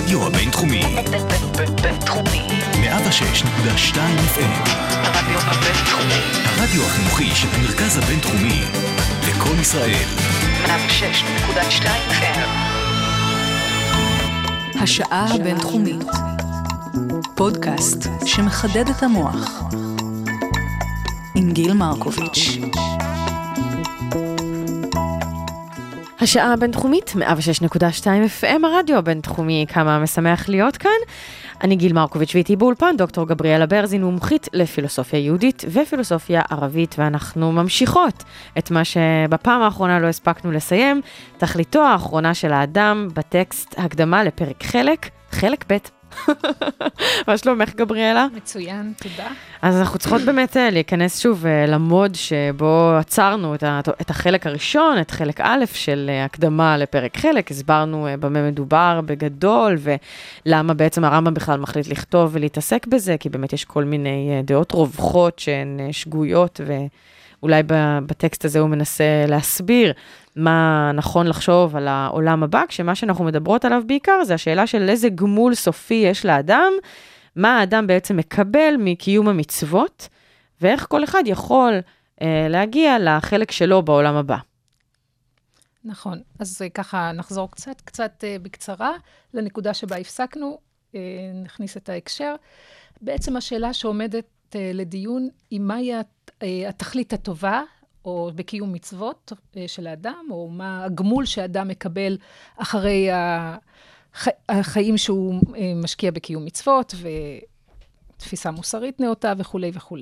הרדיו הבינתחומי. בינתחומי. 106.2 FM. הרדיו הבינתחומי. הרדיו החינוכי של המרכז הבינתחומי. לכל ישראל. 106.2 FM. השעה הבינתחומית. פודקאסט שמחדד את המוח. עם גיל מרקוביץ'. השעה הבינתחומית, 106.2 FM, הרדיו הבינתחומי, כמה משמח להיות כאן. אני גיל מרקוביץ' ואיתי באולפן, דוקטור גבריאלה ברזין, מומחית לפילוסופיה יהודית ופילוסופיה ערבית, ואנחנו ממשיכות את מה שבפעם האחרונה לא הספקנו לסיים, תכליתו האחרונה של האדם בטקסט הקדמה לפרק חלק ב'. מה שלומך גבריאלה? מצוין, תודה. אז אנחנו צריכות באמת להיכנס שוב למוד שבו עצרנו את החלק הראשון, את חלק א' של הקדמה לפרק חלק, הסברנו במה מדובר בגדול, ולמה בעצם הרמב"ם בכלל מחליט לכתוב ולהתעסק בזה, כי באמת יש כל מיני דעות רווחות שהן שגויות, ואולי בטקסט הזה הוא מנסה להסביר מה נכון לחשוב על העולם הבא, כשמה שאנחנו מדברות עליו בעיקר זה השאלה של איזה גמול סופי יש לאדם, מה האדם בעצם מקבל מקיום המצוות, ואיך כל אחד יכול להגיע לחלק שלו בעולם הבא. נכון, אז ככה נחזור קצת בקצרה לנקודה שבה הפסקנו, נכניס את ההקשר. בעצם השאלה שעומדת לדיון היא מהי התכלית הטובה, או בקיום מצוות של האדם, או מה הגמול שהאדם מקבל אחרי החיים שהוא משקיע בקיום מצוות, ותפיסה מוסרית נאותה וכו' וכו'.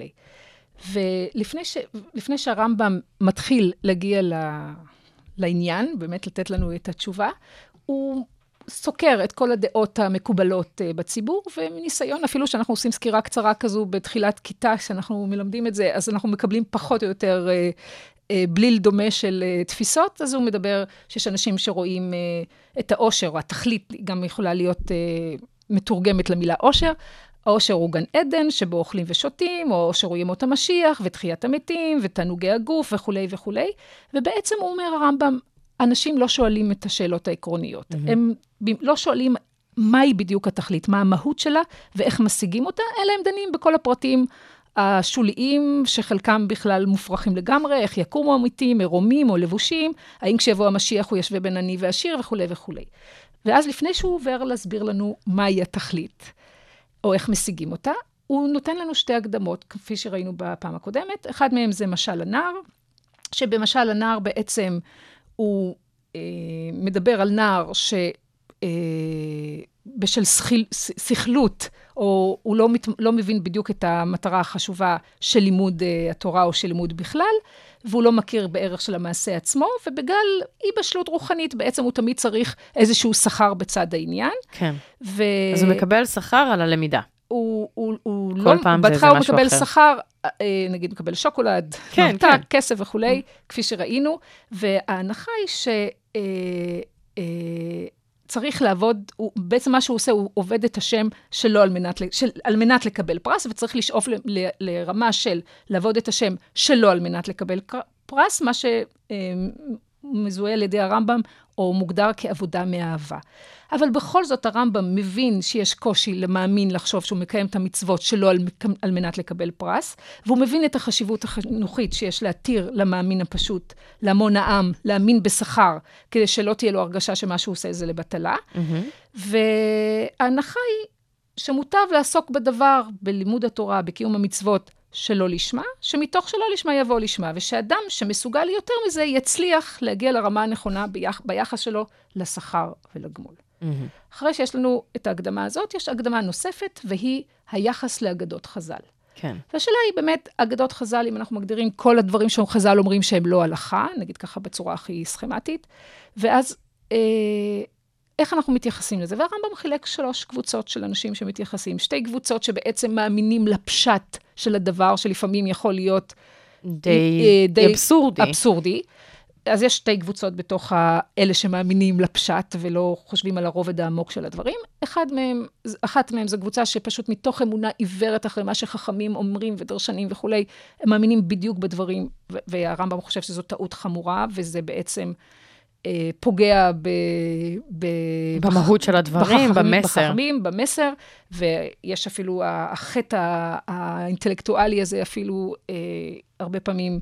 ולפני שהרמב"ם מתחיל להגיע לעניין, באמת לתת לנו את התשובה, הוא סוקר את כל הדעות המקובלות בציבור, ומניסיון, אפילו שאנחנו עושים סקירה קצרה כזו בתחילת כיתה, שאנחנו מלמדים את זה, אז אנחנו מקבלים פחות או יותר בליל דומה של תפיסות, אז הוא מדבר שיש אנשים שרואים את העושר, או התכלית גם יכולה להיות מתורגמת למילה עושר, העושר הוא גן עדן, שבו אוכלים ושותים, או העושר הוא ימות המשיח, ותחיית המתים, ותענוגי הגוף וכו' וכו'. ובעצם הוא אומר הרמב"ם, אנשים לא שואלים את השאלות העקרוניות. הם לא שואלים מהי בדיוק התכלית, מה המהות שלה, ואיך משיגים אותה, אלא הם דנים בכל הפרטים השוליים, שחלקם בכלל מופרכים לגמרי, איך יקומו המתים, מרומים או לבושים, האם כשיבוא המשיח הוא ישווה בין עני ועשיר וכו' וכו'. ואז לפני שהוא עובר להסביר לנו מהי התכלית, או איך משיגים אותה, הוא נותן לנו שתי הקדמות, כפי שראינו בפעם הקודמת. אחד מהם זה משל הנער, שבמשל הנער בעצם הוא מדבר על נער בשל שכלות, או הוא לא מבין בדיוק את המטרה החשובה של לימוד התורה או של לימוד בכלל, והוא לא מכיר בערך של המעשה עצמו, ובגלל אי בשלות רוחנית, בעצם הוא תמיד צריך איזשהו שכר בצד העניין. כן. אז הוא מקבל שכר על הלמידה. הוא כל פעם זה משהו אחר. בהתחלה הוא מקבל שכר, נגיד מקבל שוקולד, כן, נרתק, כסף וכולי, כפי שראינו, וההנחה היא שצריך לעבוד, בעצם מה שהוא עושה, הוא עובד את השם שלו על מנת לקבל פרס, וצריך לשאוף לרמה של לעבוד את השם שלו על מנת לקבל פרס, מה שמזוהה על ידי הרמב"ם, או מוגדר כעבודה מאהבה. אבל בכל זאת הרמב"ם מבין שיש קושי למאמין לחשוב שהוא מקיים את המצוות שלו על מנת לקבל פרס, והוא מבין את החשיבות החינוכית שיש להתיר למאמין הפשוט, להמון העם, להאמין בשכר, כדי שלא תהיה לו הרגשה שמה שהוא עושה זה לבטלה. וההנחה היא שמוטב לעסוק בדבר, בלימוד התורה, בקיום המצוות, שלא לשמה, שמתוך שלא לשמה יבוא לשמה, ושאדם שמסוגל יותר מזה יצליח להגיע לרמה הנכונה ביחס שלו לשכר ולגמול. אחרי שיש לנו את ההקדמה הזאת, יש הקדמה נוספת, והיא היחס לאגדות חז"ל. כן. והשאלה היא באמת, אגדות חז"ל, אם אנחנו מגדירים כל הדברים שחז"ל אומרים שהם לא הלכה, נגיד ככה בצורה הכי סכמטית, ואז איך אנחנו מתייחסים לזה? והרמב"ם חילק 3 קבוצות של אנשים שמתייחסים, 2 קבוצות שבעצם מאמינים לפשט של הדבר, שלפעמים יכול להיות די אבסורדי. אז יש 2 קבוצות בתוך אלה שמאמינים לפשט, ולא חושבים על הרובד העמוק של הדברים. אחת מהם זו קבוצה שפשוט מתוך אמונה עיוורת אחרי מה שחכמים אומרים ודרשנים וכולי, הם מאמינים בדיוק בדברים, והרמב"ם חושב שזו טעות חמורה, וזה בעצם פוגע במהות של הדברים, במסר. בחכמים, במסר, ויש אפילו, החטא האינטלקטואלי הזה אפילו הרבה פעמים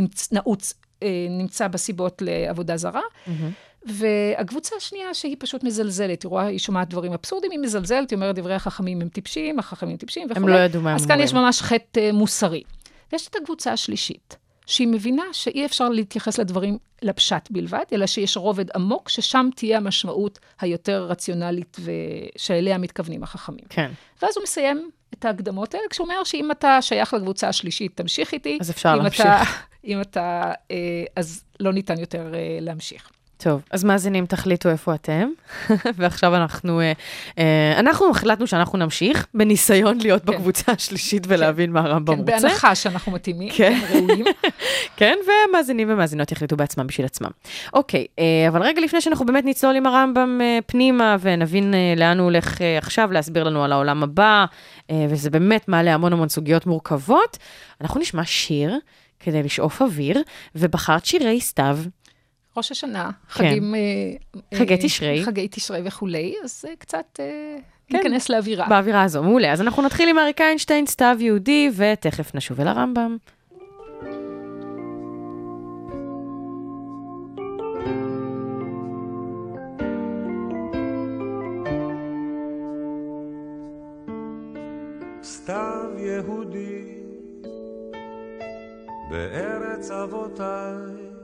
נמצא בסיבות לעבודה זרה. והקבוצה השנייה שהיא פשוט מזלזלת, היא רואה, היא שומעת דברים אבסורדים, היא מזלזלת, היא אומרת, דברי החכמים הם טיפשים, החכמים טיפשים וכו'. הם לא ידעו מה הם אז כאן יש ממש חטא מוסרי. ויש את הקבוצה השלישית, שהיא מבינה שאי אפשר להתייחס לדברים לפשט בלבד, אלא שיש רובד עמוק, ששם תהיה המשמעות היותר רציונלית, ושאליה מתכוונים החכמים. כן. ואז הוא מסיים את ההקדמות האלה, כשהוא אומר שאם אתה שייך לקבוצה השלישית, תמשיך איתי. אז אפשר להמשיך. אם אתה, אז לא ניתן יותר להמשיך. טוב, אז מאזינים, תחליטו איפה אתם, ועכשיו אנחנו החלטנו שאנחנו נמשיך, בניסיון להיות בקבוצה השלישית ולהבין מה הרמב"ם רוצה. כן, בהנחה שאנחנו מתאימים, ראויים. כן, ומאזינים ומאזינות יחליטו בעצמם בשביל עצמם. אוקיי, אבל רגע לפני שאנחנו באמת נצלול עם הרמב"ם פנימה, ונבין לאן הוא הולך עכשיו להסביר לנו על העולם הבא, וזה באמת מעלה המון סוגיות מורכבות, אנחנו נשמע שיר כדי לשאוף אוויר, ובחרת שירי סתיו, ראש השנה, כן. חגי תשרי. חגי תשרי וכולי, אז קצת ניכנס לאווירה. באווירה הזו, מעולה. אז אנחנו נתחיל עם אריק איינשטיין, סתיו יהודי, ותכף נשוב אל הרמב"ם. סתיו יהודי, בארץ אבותיי,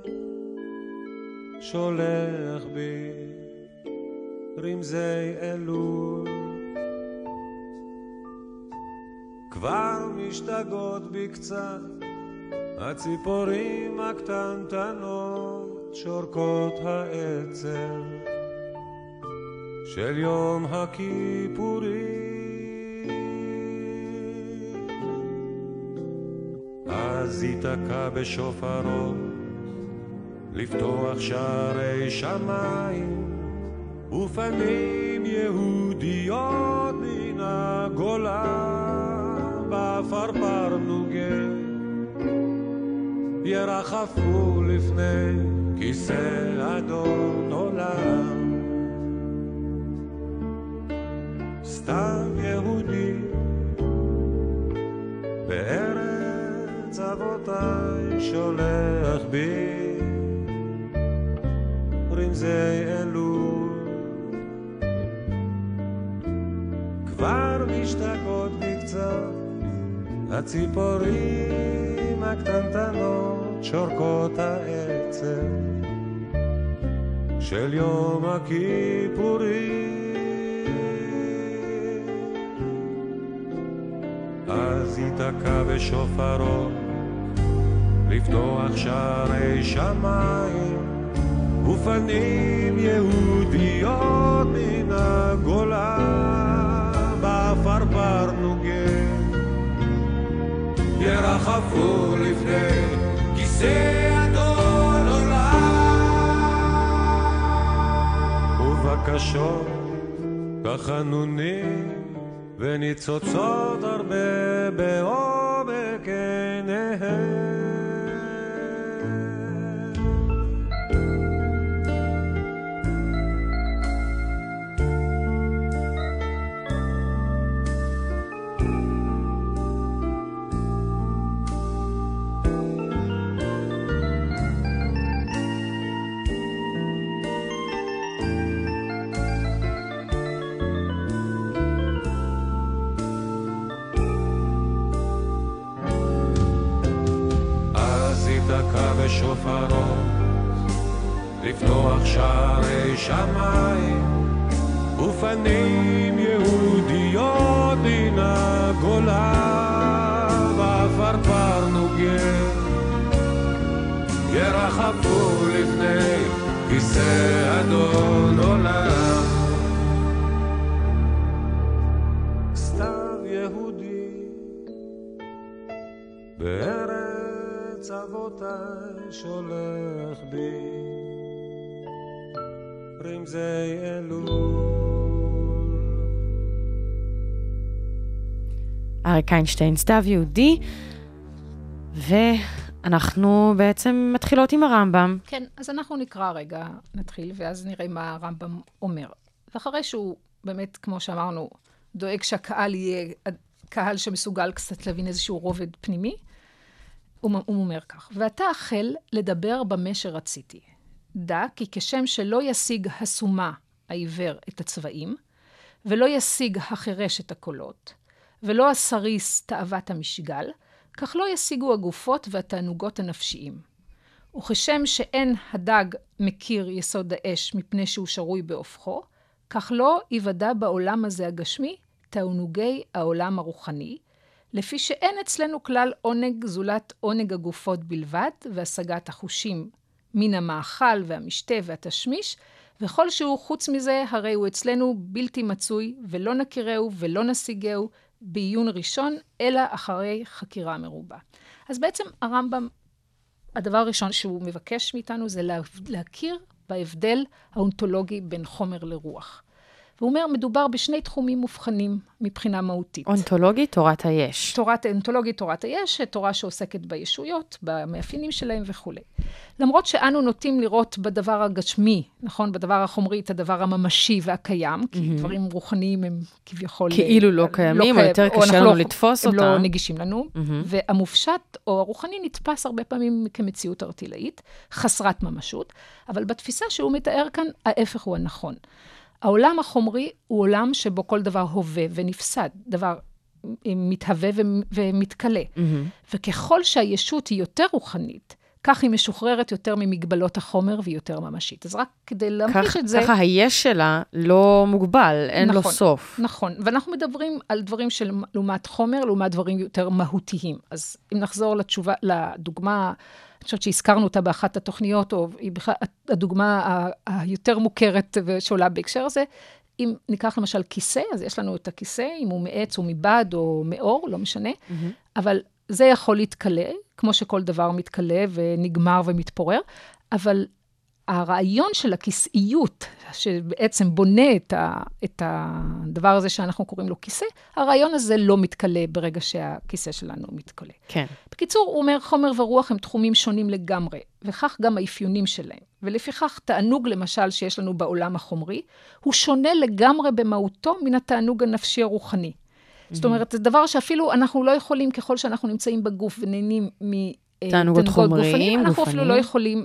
שולח בי רמזי אלול, כבר משתגעות בי קצת הציפורים הקטנטנות, שורקות העצב של יום הכיפורים. אז ייתקע בשופרו לפתוח שערי שמיים, ופנים יהודיות מן הגולה, בפרפר נוגה ירחפו לפני כיסא אדון עולם. סתיו יהודי, בארץ אבותיי, שולח בי רמזי אלול, כבר משתגעות בי קצת הציפורים הקטנטנות, שורקות העצב של יום הכיפורים. אז ייתקע בשופרו לפתוח שערי שמיים, ופנים יהודיות מן הגולה, בפרפר נוגה ירחפו לפני כיסא אדון עולם. ובקשות כחנונים וניצוצות הרבה בעומק עיניהם, בשופרו לפתוח שערי שמיים, ופנים יהודיות מן הגולה, בפרפר נוגה ירחפו לפני כיסא אדון עולם. סתיו יהודי, בארץ אבותיי, שולח בי רמזי אלול. אריק איינשטיין, סתיו יהודי, אנחנו בעצם מתחילות עם הרמב"ם. כן, אז אנחנו נקרא רגע, נתחיל, ואז נראה מה הרמב"ם אומר. ואחרי שהוא באמת, כמו שאמרנו, דואג שהקהל יהיה קהל שמסוגל קצת להבין איזשהו רובד פנימי, הוא אומר כך, ואתה החל לדבר במה שרציתי. דע כי כשם שלא ישיג הסומה העיוור את הצבעים, ולא ישיג החירש את הקולות, ולא הסריס תאוות המשגל, כך לא ישיגו הגופות והתענוגות הנפשיים. וכשם שאין הדג מכיר יסוד האש מפני שהוא שרוי בהופכו, כך לא יוודע בעולם הזה הגשמי תענוגי העולם הרוחני, לפי שאין אצלנו כלל עונג זולת עונג הגופות בלבד, והשגת החושים מן המאכל והמשתה והתשמיש, וכל שהוא חוץ מזה, הרי הוא אצלנו בלתי מצוי, ולא נכירהו ולא נשיגהו בעיון ראשון, אלא אחרי חקירה מרובה. אז בעצם הרמב"ם, הדבר הראשון שהוא מבקש מאיתנו, זה להכיר בהבדל האונתולוגי בין חומר לרוח. והוא אומר, מדובר בשני תחומים מובחנים מבחינה מהותית. אונתולוגית, תורת היש. אונתולוגית, תורת היש, תורה שעוסקת בישויות, במאפיינים שלהם וכו'. למרות שאנו נוטים לראות בדבר הגשמי, נכון? בדבר החומרי, את הדבר הממשי והקיים, כי דברים רוחניים הם כביכול... כאילו לא קיימים, או יותר קשה לנו לתפוס אותם. הם לא נגישים לנו, והמופשט או הרוחני נתפס הרבה פעמים כמציאות ארטילאית, חסרת ממשות, אבל בתפיסה שהוא מתאר כאן, ההפך הוא הנכון. העולם החומרי הוא עולם שבו כל דבר הווה ונפסד, דבר מתהווה ומתקלה. וככל שהישות היא יותר רוחנית, כך היא משוחררת יותר ממגבלות החומר והיא יותר ממשית. אז רק כדי להמחיש את זה... ככה היש שלה לא מוגבל, אין לו סוף. נכון, ואנחנו מדברים על דברים של לעומת חומר, לעומת דברים יותר מהותיים. אז אם נחזור לדוגמה... אני חושבת שהזכרנו אותה באחת התוכניות, או היא בכלל הדוגמה היותר מוכרת שעולה בהקשר הזה. אם ניקח למשל כיסא, אז יש לנו את הכיסא, אם הוא מעץ או מבד או מאור, לא משנה, אבל זה יכול להתקלה, כמו שכל דבר מתקלה ונגמר ומתפורר, אבל הרעיון של הכיסאיות, שבעצם בונה את הדבר הזה שאנחנו קוראים לו כיסא, הרעיון הזה לא מתקלה ברגע שהכיסא שלנו מתקלה. כן. בקיצור, הוא אומר, חומר ורוח הם תחומים שונים לגמרי, וכך גם האפיונים שלהם. ולפיכך, תענוג למשל שיש לנו בעולם החומרי, הוא שונה לגמרי במהותו מן התענוג הנפשי הרוחני. זאת אומרת, זה דבר שאפילו אנחנו לא יכולים, ככל שאנחנו נמצאים בגוף ונהנים תענוגות חומריים, אנחנו אפילו לא יכולים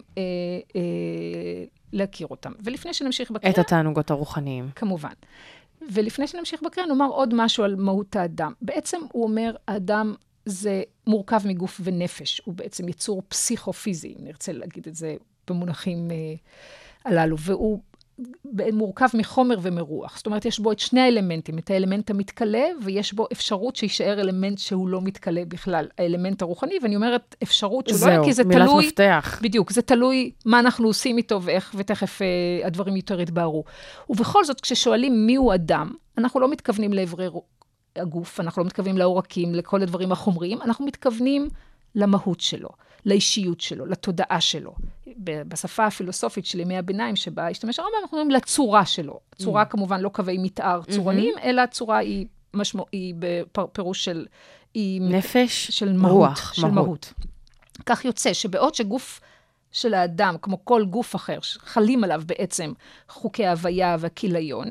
להכיר אותם. ולפני שנמשיך בקריאה... את התענוגות הרוחניים. כמובן. ולפני שנמשיך בקריאה, נאמר עוד משהו על מהות האדם. בעצם הוא אומר, האדם זה מורכב מגוף ונפש. הוא בעצם יצור פסיכו-פיזי, אם נרצה להגיד את זה במונחים הללו. והוא מורכב מחומר ומרוח. זאת אומרת, יש בו את שני האלמנטים, את האלמנט המתקלה, ויש בו אפשרות שישאר אלמנט שהוא לא מתקלה בכלל, האלמנט הרוחני, ואני אומרת אפשרות שהוא לא, כי זה תלוי... מילת מפתח. בדיוק, זה תלוי מה אנחנו עושים איתו ואיך, ותכף הדברים יותר יתבהרו. ובכל זאת, כששואלים מיהו אדם, אנחנו לא מתכוונים לעברי הגוף, אנחנו לא מתכוונים לעורקים, לכל הדברים החומריים, אנחנו מתכוונים למהות שלו, לאישיות שלו, לתודעה שלו. בשפה הפילוסופית של ימי הביניים שבה השתמש הרמב"ם, אנחנו אומרים לצורה שלו. צורה כמובן לא קווי מתאר צורניים, אלא הצורה היא בפירוש של... נפש, של רוח, של מהות. כך יוצא שבעוד שגוף של האדם, כמו כל גוף אחר, חלים עליו בעצם חוקי ההוויה והכיליון,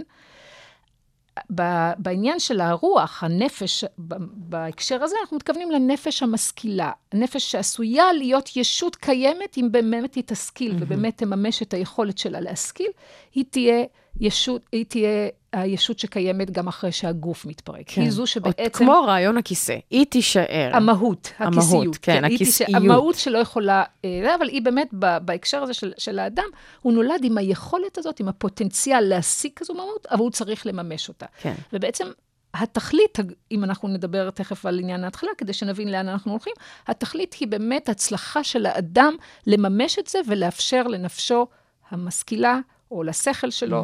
בעניין של הרוח, הנפש, בהקשר הזה, אנחנו מתכוונים לנפש המשכילה. הנפש שעשויה להיות ישות קיימת, אם באמת היא תשכיל, ובאמת תממש את היכולת שלה להשכיל, היא תהיה הישות שקיימת גם אחרי שהגוף מתפרק. כן. היא זו שבעצם... כמו רעיון הכיסא, היא תישאר. המהות, הכיסיות. כן, הכיסאיות. המהות שלא יכולה... אבל היא באמת, בהקשר הזה של האדם, הוא נולד עם היכולת הזאת, עם הפוטנציאל להשיג כזו מהות, אבל הוא צריך לממש אותה. כן. ובעצם התכלית, אם אנחנו נדבר תכף על עניין ההתחלה, כדי שנבין לאן אנחנו הולכים, התכלית היא באמת הצלחה של האדם לממש את זה, ולאפשר לנפשו המשכילה, או לשכל שלו,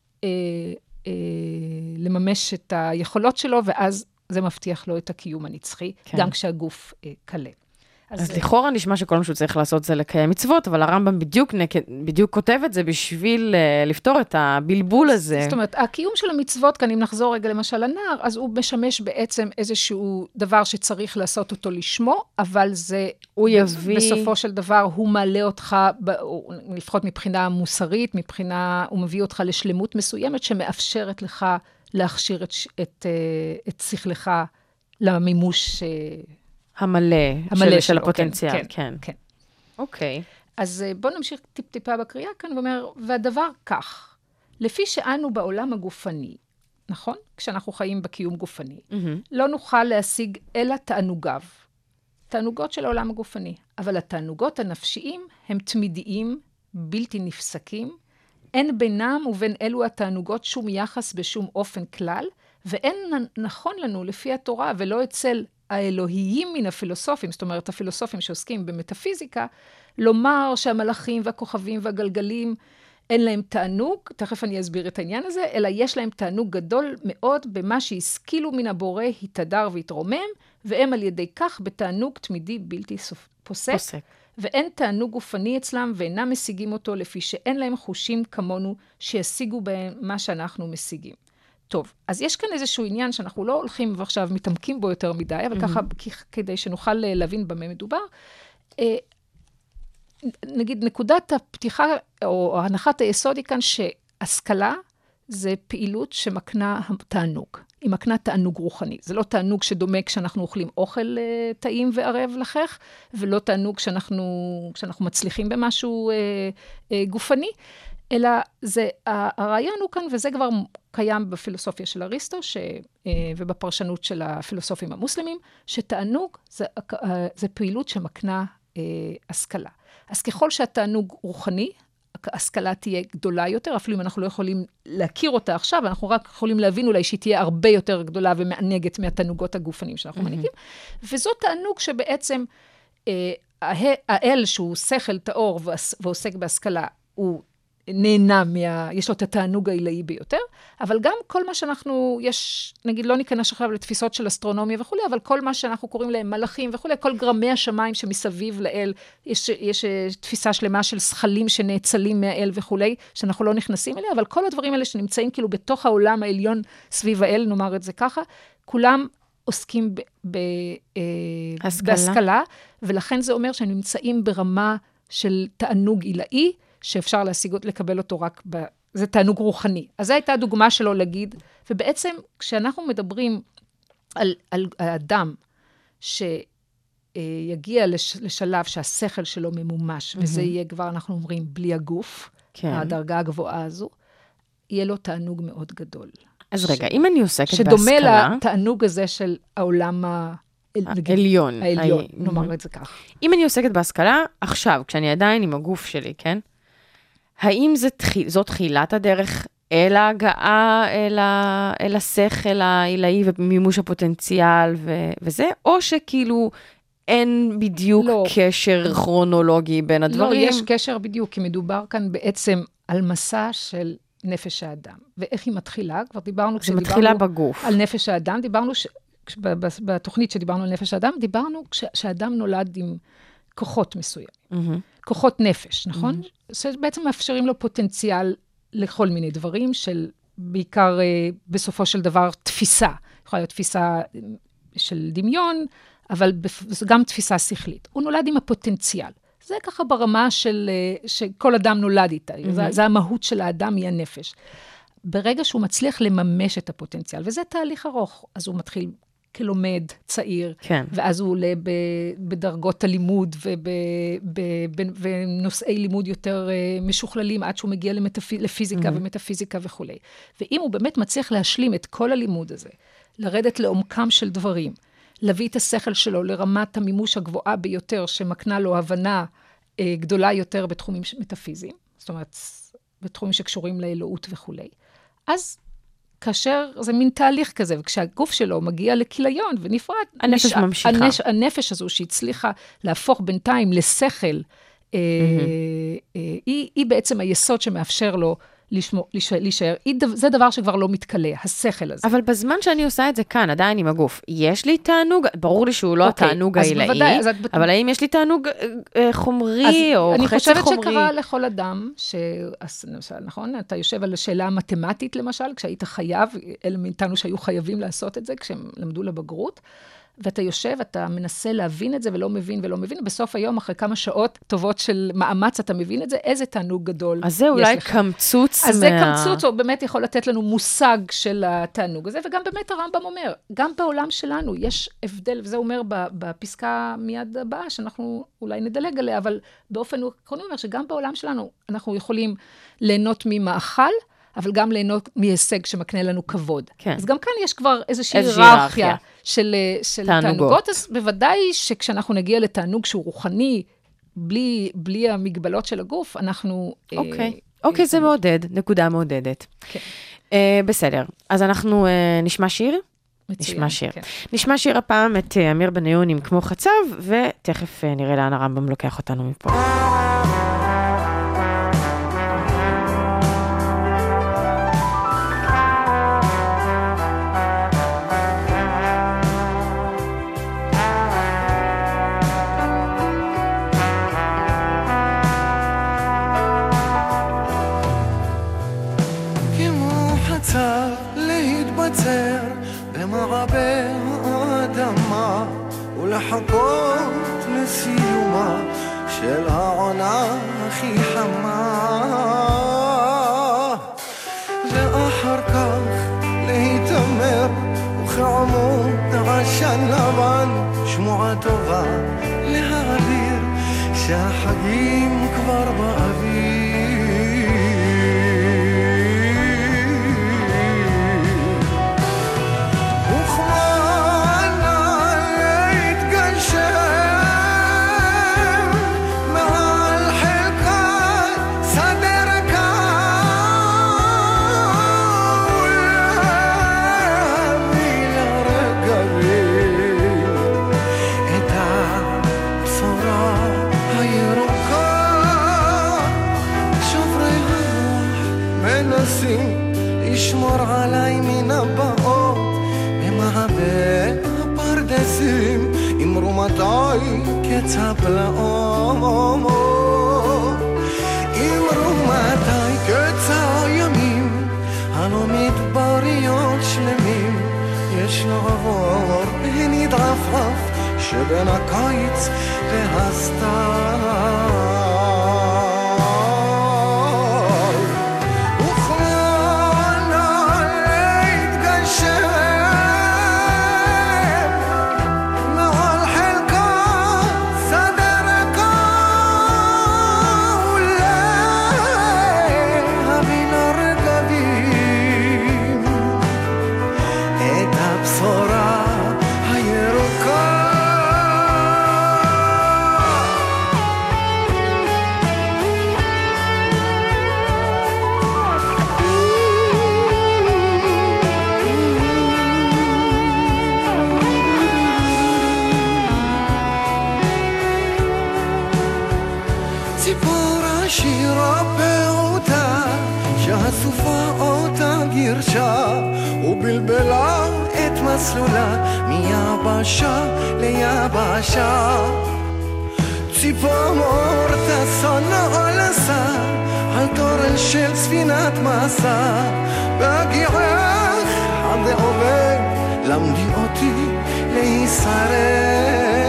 לממש את היכולות שלו, ואז זה מבטיח לו את הקיום הנצחי, גם כשהגוף קלה. אז לכאורה נשמע שכל מה שהוא צריך לעשות זה לקיים מצוות, אבל הרמב"ם בדיוק כותב את זה בשביל לפתור את הבלבול הזה. זאת אומרת, הקיום של המצוות, כאן אם נחזור רגע למשל לנער, אז הוא משמש בעצם איזשהו דבר שצריך לעשות אותו לשמו, אבל זה, בסופו של דבר, הוא מעלה אותך, לפחות מבחינה מוסרית, הוא מביא אותך לשלמות מסוימת, שמאפשרת לך להכשיר את שכלך למימוש המלא של הפוטנציאל. כן. אוקיי. אז בואו נמשיך טיפה בקריאה כאן, ואומר, והדבר כך, לפי שאנו בעולם הגופני, נכון? כשאנחנו חיים בקיום גופני, לא נוכל להשיג אלא תענוגות של העולם הגופני, אבל התענוגות הנפשיים הם תמידיים, בלתי נפסקים, אין בינם ובין אלו התענוגות שום יחס בשום אופן כלל, ואין נכון לנו לפי התורה ולא אצל האלוהיים מן הפילוסופים, זאת אומרת, הפילוסופים שעוסקים במטאפיזיקה, לומר שהמלאכים והכוכבים והגלגלים אין להם תענוג, תכף אני אסביר את העניין הזה, אלא יש להם תענוג גדול מאוד במה שהשכילו מן הבורא, התהדר והתרומם, והם על ידי כך בתענוג תמידי בלתי פוסק. ואין תענוג גופני אצלם, ואינם משיגים אותו לפי שאין להם חושים כמונו שישיגו בהם מה שאנחנו משיגים. טוב, אז יש כאן איזשהו עניין שאנחנו לא הולכים ועכשיו מתעמקים בו יותר מדי, אבל ככה כדי שנוכל להבין במה מדובר. נגיד, נקודת הפתיחה או הנחת היסוד היא כאן שהשכלה זה פעילות שמקנה תענוג. היא מקנה תענוג רוחני. זה לא תענוג שדומה כשאנחנו אוכלים אוכל טעים וערב לחך, ולא תענוג כשאנחנו מצליחים במשהו גופני, אלא הרעיון הוא כאן, וזה כבר קיים בפילוסופיה של אריסטו, ובפרשנות של הפילוסופים המוסלמים, שתענוג זה פעילות שמקנה השכלה. אז ככל שהתענוג רוחני, ההשכלה תהיה גדולה יותר, אפילו אם אנחנו לא יכולים להכיר אותה עכשיו, אנחנו רק יכולים להבין אולי שהיא תהיה הרבה יותר גדולה ומענגת מהתענוגות הגופנים שאנחנו מנהיגים. וזאת תענוג שבעצם האל שהוא שכל טהור ועוסק בהשכלה, הוא נהנה יש לו את התענוג העילאי ביותר, אבל גם כל מה שאנחנו, נגיד, לא ניכנס עכשיו לתפיסות של אסטרונומיה וכו', אבל כל מה שאנחנו קוראים להם מלאכים וכו', כל גרמי השמיים שמסביב לאל, יש תפיסה שלמה של שכלים שנאצלים מהאל וכו', שאנחנו לא נכנסים אליה, אבל כל הדברים האלה שנמצאים כאילו בתוך העולם העליון סביב האל, נאמר את זה ככה, כולם עוסקים בהשכלה, ולכן זה אומר שהם נמצאים ברמה של תענוג עילאי, שאפשר לקבל אותו רק זה תענוג רוחני. אז זו הייתה הדוגמה שלו להגיד, ובעצם כשאנחנו מדברים על האדם שיגיע לשלב שהשכל שלו ממומש, וזה יהיה כבר, אנחנו אומרים, בלי הגוף, הדרגה הגבוהה הזו, יהיה לו תענוג מאוד גדול. אז רגע, אם אני עוסקת בהשכלה... שדומה לתענוג הזה של העולם העליון, נאמר את זה כך. אם אני עוסקת בהשכלה, עכשיו, כשאני עדיין עם הגוף שלי, כן? האם זאת תחילת הדרך אל ההגעה, אל השכל העילאי ומימוש הפוטנציאל וזה, או שכאילו אין בדיוק קשר כרונולוגי בין הדברים? לא, יש קשר בדיוק, כי מדובר כאן בעצם על מסע של נפש האדם. ואיך היא מתחילה? כבר דיברנו, זה מתחילה בגוף. על נפש האדם, דיברנו, בתוכנית שדיברנו על נפש האדם, דיברנו שהאדם נולד עם כוחות מסוימים. כוחות נפש, נכון? שבעצם מאפשרים לו פוטנציאל לכל מיני דברים, של בעיקר בסופו של דבר תפיסה. יכולה להיות תפיסה של דמיון, אבל גם תפיסה שכלית. הוא נולד עם הפוטנציאל. זה ככה ברמה שכל אדם נולד איתה. זה המהות של האדם, היא הנפש. ברגע שהוא מצליח לממש את הפוטנציאל, וזה תהליך ארוך, אז הוא מתחיל כלומד צעיר, כן. ואז הוא עולה בדרגות הלימוד, ונושאי לימוד יותר משוכללים, עד שהוא מגיע לפיזיקה ומטאפיזיקה וכו'. ואם הוא באמת מצליח להשלים את כל הלימוד הזה, לרדת לעומקם של דברים, להביא את השכל שלו לרמת המימוש הגבוהה ביותר, שמקנה לו הבנה גדולה יותר בתחומים מטאפיזיים, זאת אומרת, בתחומים שקשורים לאלוהות וכו'. אז כאשר זה מין תהליך כזה, וכשהגוף שלו מגיע לכיליון ונפרד, הנפש ממשיכה. הנפש הזו שהצליחה להפוך בינתיים לשכל, היא בעצם היסוד שמאפשר לו להישאר. זה דבר שכבר לא מתקלה, השכל הזה. אבל בזמן שאני עושה את זה כאן, עדיין עם הגוף, יש לי תענוג, ברור לי שהוא לא התענוג העילאי, אבל האם יש לי תענוג חומרי או חצי חומרי? אני חושבת שקרה לכל אדם, נכון? אתה יושב על השאלה המתמטית למשל, כשהיית חייב, אלה מאיתנו שהיו חייבים לעשות את זה, כשהם למדו לבגרות, ואתה יושב, אתה מנסה להבין את זה, ולא מבין, בסוף היום, אחרי כמה שעות טובות של מאמץ, אתה מבין את זה, איזה תענוג גדול יש לך. אז זה אולי קמצוץ אז זה קמצוץ, או באמת יכול לתת לנו מושג של התענוג הזה, וגם באמת הרמב"ם אומר, גם בעולם שלנו יש הבדל, וזה אומר בפסקה מיד הבאה, שאנחנו אולי נדלג עליה, אבל באופן עקרוני אומר שגם בעולם שלנו, אנחנו יכולים ליהנות ממאכל, אבל גם ליהנות מהישג שמקנה לנו כבוד. כן. אז גם כאן יש כבר איזושהי היררכיה של תענוגות, אז בוודאי שכשאנחנו נגיע לתענוג שהוא רוחני, בלי המגבלות של הגוף, אנחנו... אוקיי, זה מעודד, נקודה מעודדת. כן. בסדר, אז אנחנו נשמע שיר? מצוין, נשמע שיר. כן. נשמע שיר הפעם את אמיר בניון עם כמו חצב, ותכף נראה לאן הרמב"ם לוקח אותנו מפה. לחכות לסיומה של העונה הכי חמה ואחר כך להתאמר וכעמוד עשן לבן שמועה טובה להעביר שהחגים כבר באוויר ישמור עליי מן הבאות במעבה הפרדסים עם רומתי קץ הפלאות עם רומתי קץ הימים הלא מדבריות שלמים יש לעבור ונדרפרף שבין הקיץ והסתיו ובלבלה את מסלולה מיבשה ליבשה ציפור מור תסון על הסר על תורן של ספינת מסע בהגיעך עד עובד למדי אותי לישראל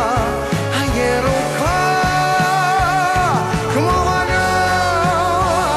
כמו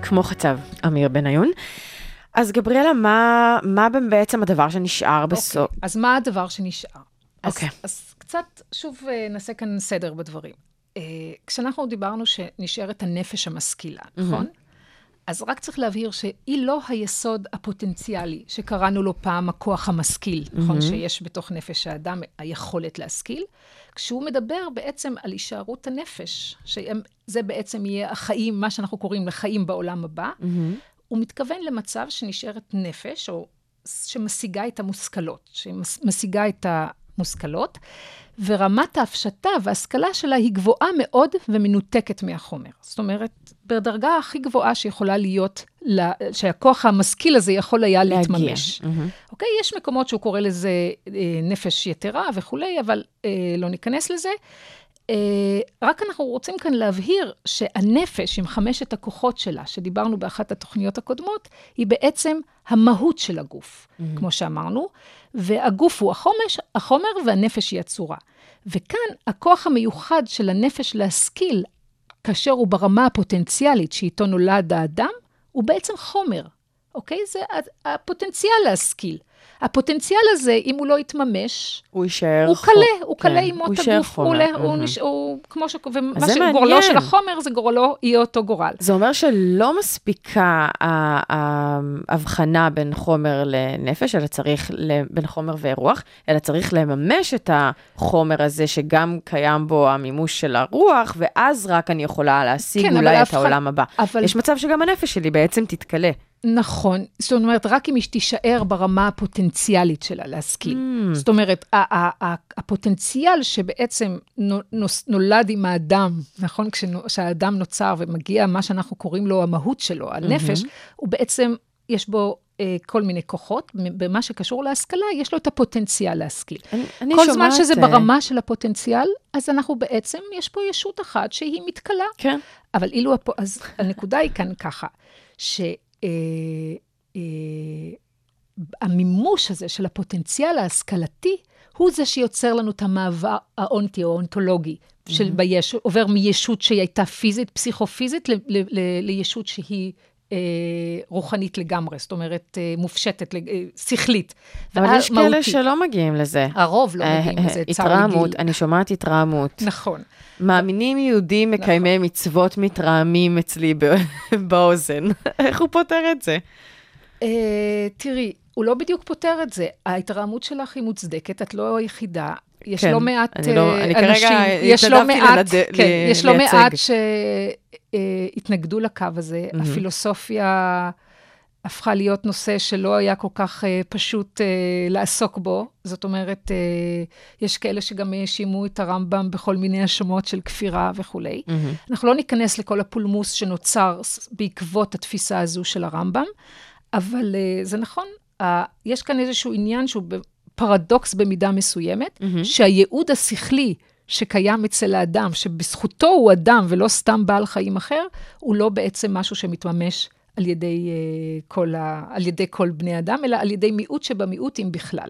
כמו חצב, אמיר בניון. אז גבריאלה, מה בעצם הדבר שנשאר בסוף? אז מה הדבר שנשאר? אוקיי. אז קצת, שוב נעשה כאן סדר בדברים. כשאנחנו דיברנו שנשארת הנפש המשכילה, נכון? אז רק צריך להבהיר שהיא לא היסוד הפוטנציאלי, שקראנו לו פעם הכוח המשכיל, נכון? שיש בתוך נפש האדם היכולת להשכיל. כשהוא מדבר בעצם על הישארות הנפש, שזה בעצם יהיה החיים, מה שאנחנו קוראים לחיים בעולם הבא, הוא מתכוון למצב שנשארת נפש, או שמשיגה את המושכלות, שמשיגה את המושכלות, ורמת ההפשטה וההשכלה שלה היא גבוהה מאוד ומנותקת מהחומר. זאת אומרת, בדרגה הכי גבוהה שיכולה להיות, שהכוח המשכיל הזה יכול היה להתממש. אוקיי? יש מקומות שהוא קורא לזה נפש יתרה וכולי, אבל לא ניכנס לזה. רק אנחנו רוצים כאן להבהיר שהנפש עם 5 הכוחות שלה, שדיברנו באחת התוכניות הקודמות, היא בעצם המהות של הגוף, כמו שאמרנו, והגוף הוא החומר והנפש היא הצורה. וכאן הכוח המיוחד של הנפש להשכיל, כאשר הוא ברמה הפוטנציאלית שאיתו נולד האדם, הוא בעצם חומר, אוקיי? זה הפוטנציאל להשכיל. הפוטנציאל הזה, אם הוא לא יתממש, הוא יישאר הוא קלה עם מות הגוף, הוא כמו ומה שגורלו של החומר, זה גורלו יהיה אותו גורל. זה אומר שלא מספיקה ההבחנה בין חומר לנפש, אלא צריך בין חומר ורוח, אלא צריך לממש את החומר הזה, שגם קיים בו המימוש של הרוח, ואז רק אני יכולה להשיג אולי את העולם הבא. יש מצב שגם הנפש שלי בעצם תתקלה. נכון, זאת אומרת, רק אם היא תישאר ברמה הפוטנציאלית שלה להשכיל. זאת אומרת, הפוטנציאל שבעצם נולד עם האדם, נכון? כשהאדם נוצר ומגיע מה שאנחנו קוראים לו המהות שלו, הנפש, הוא בעצם, יש בו כל מיני כוחות, במה שקשור להשכלה, יש לו את הפוטנציאל להשכיל. כל זמן שזה ברמה של הפוטנציאל, אז אנחנו בעצם, יש פה ישות אחת שהיא מתקלה. כן. אבל אז הנקודה היא כאן ככה, המימוש הזה של הפוטנציאל ההשכלתי, הוא זה שיוצר לנו את המעבר האונטי או האונטולוגי, עובר מישות שהיא הייתה פיזית, פסיכופיזית, לישות שהיא רוחנית לגמרי, זאת אומרת, מופשטת, שכלית. אבל יש כאלה שלא מגיעים לזה. הרוב לא מגיעים לזה, צער לגיל. אני שומעת התרעמות. נכון. מאמינים יהודים מקיימי מצוות מתרעמים אצלי באוזן. איך הוא פותר את זה? תראי, הוא לא בדיוק פותר את זה. ההתרעמות שלך היא מוצדקת, את לא היחידה. יש לא מעט אנשים, יש לא מעט שהתנגדו לקו הזה. הפילוסופיה הפכה להיות נושא שלא היה כל כך פשוט לעסוק בו. זאת אומרת, יש כאלה שגם האשימו את הרמב"ם בכל מיני האשמות של כפירה וכולי. אנחנו לא ניכנס לכל הפולמוס שנוצר בעקבות התפיסה הזו של הרמב"ם, אבל זה נכון, יש כאן איזשהו עניין שהוא פרדוקס במידה מסוימת, שהייעוד השכלי שקיים אצל האדם, שבזכותו הוא אדם ולא סתם בעל חיים אחר, הוא לא בעצם משהו שמתממש על ידי כל בני אדם, אלא על ידי מיעוט שבמיעוט אם בכלל.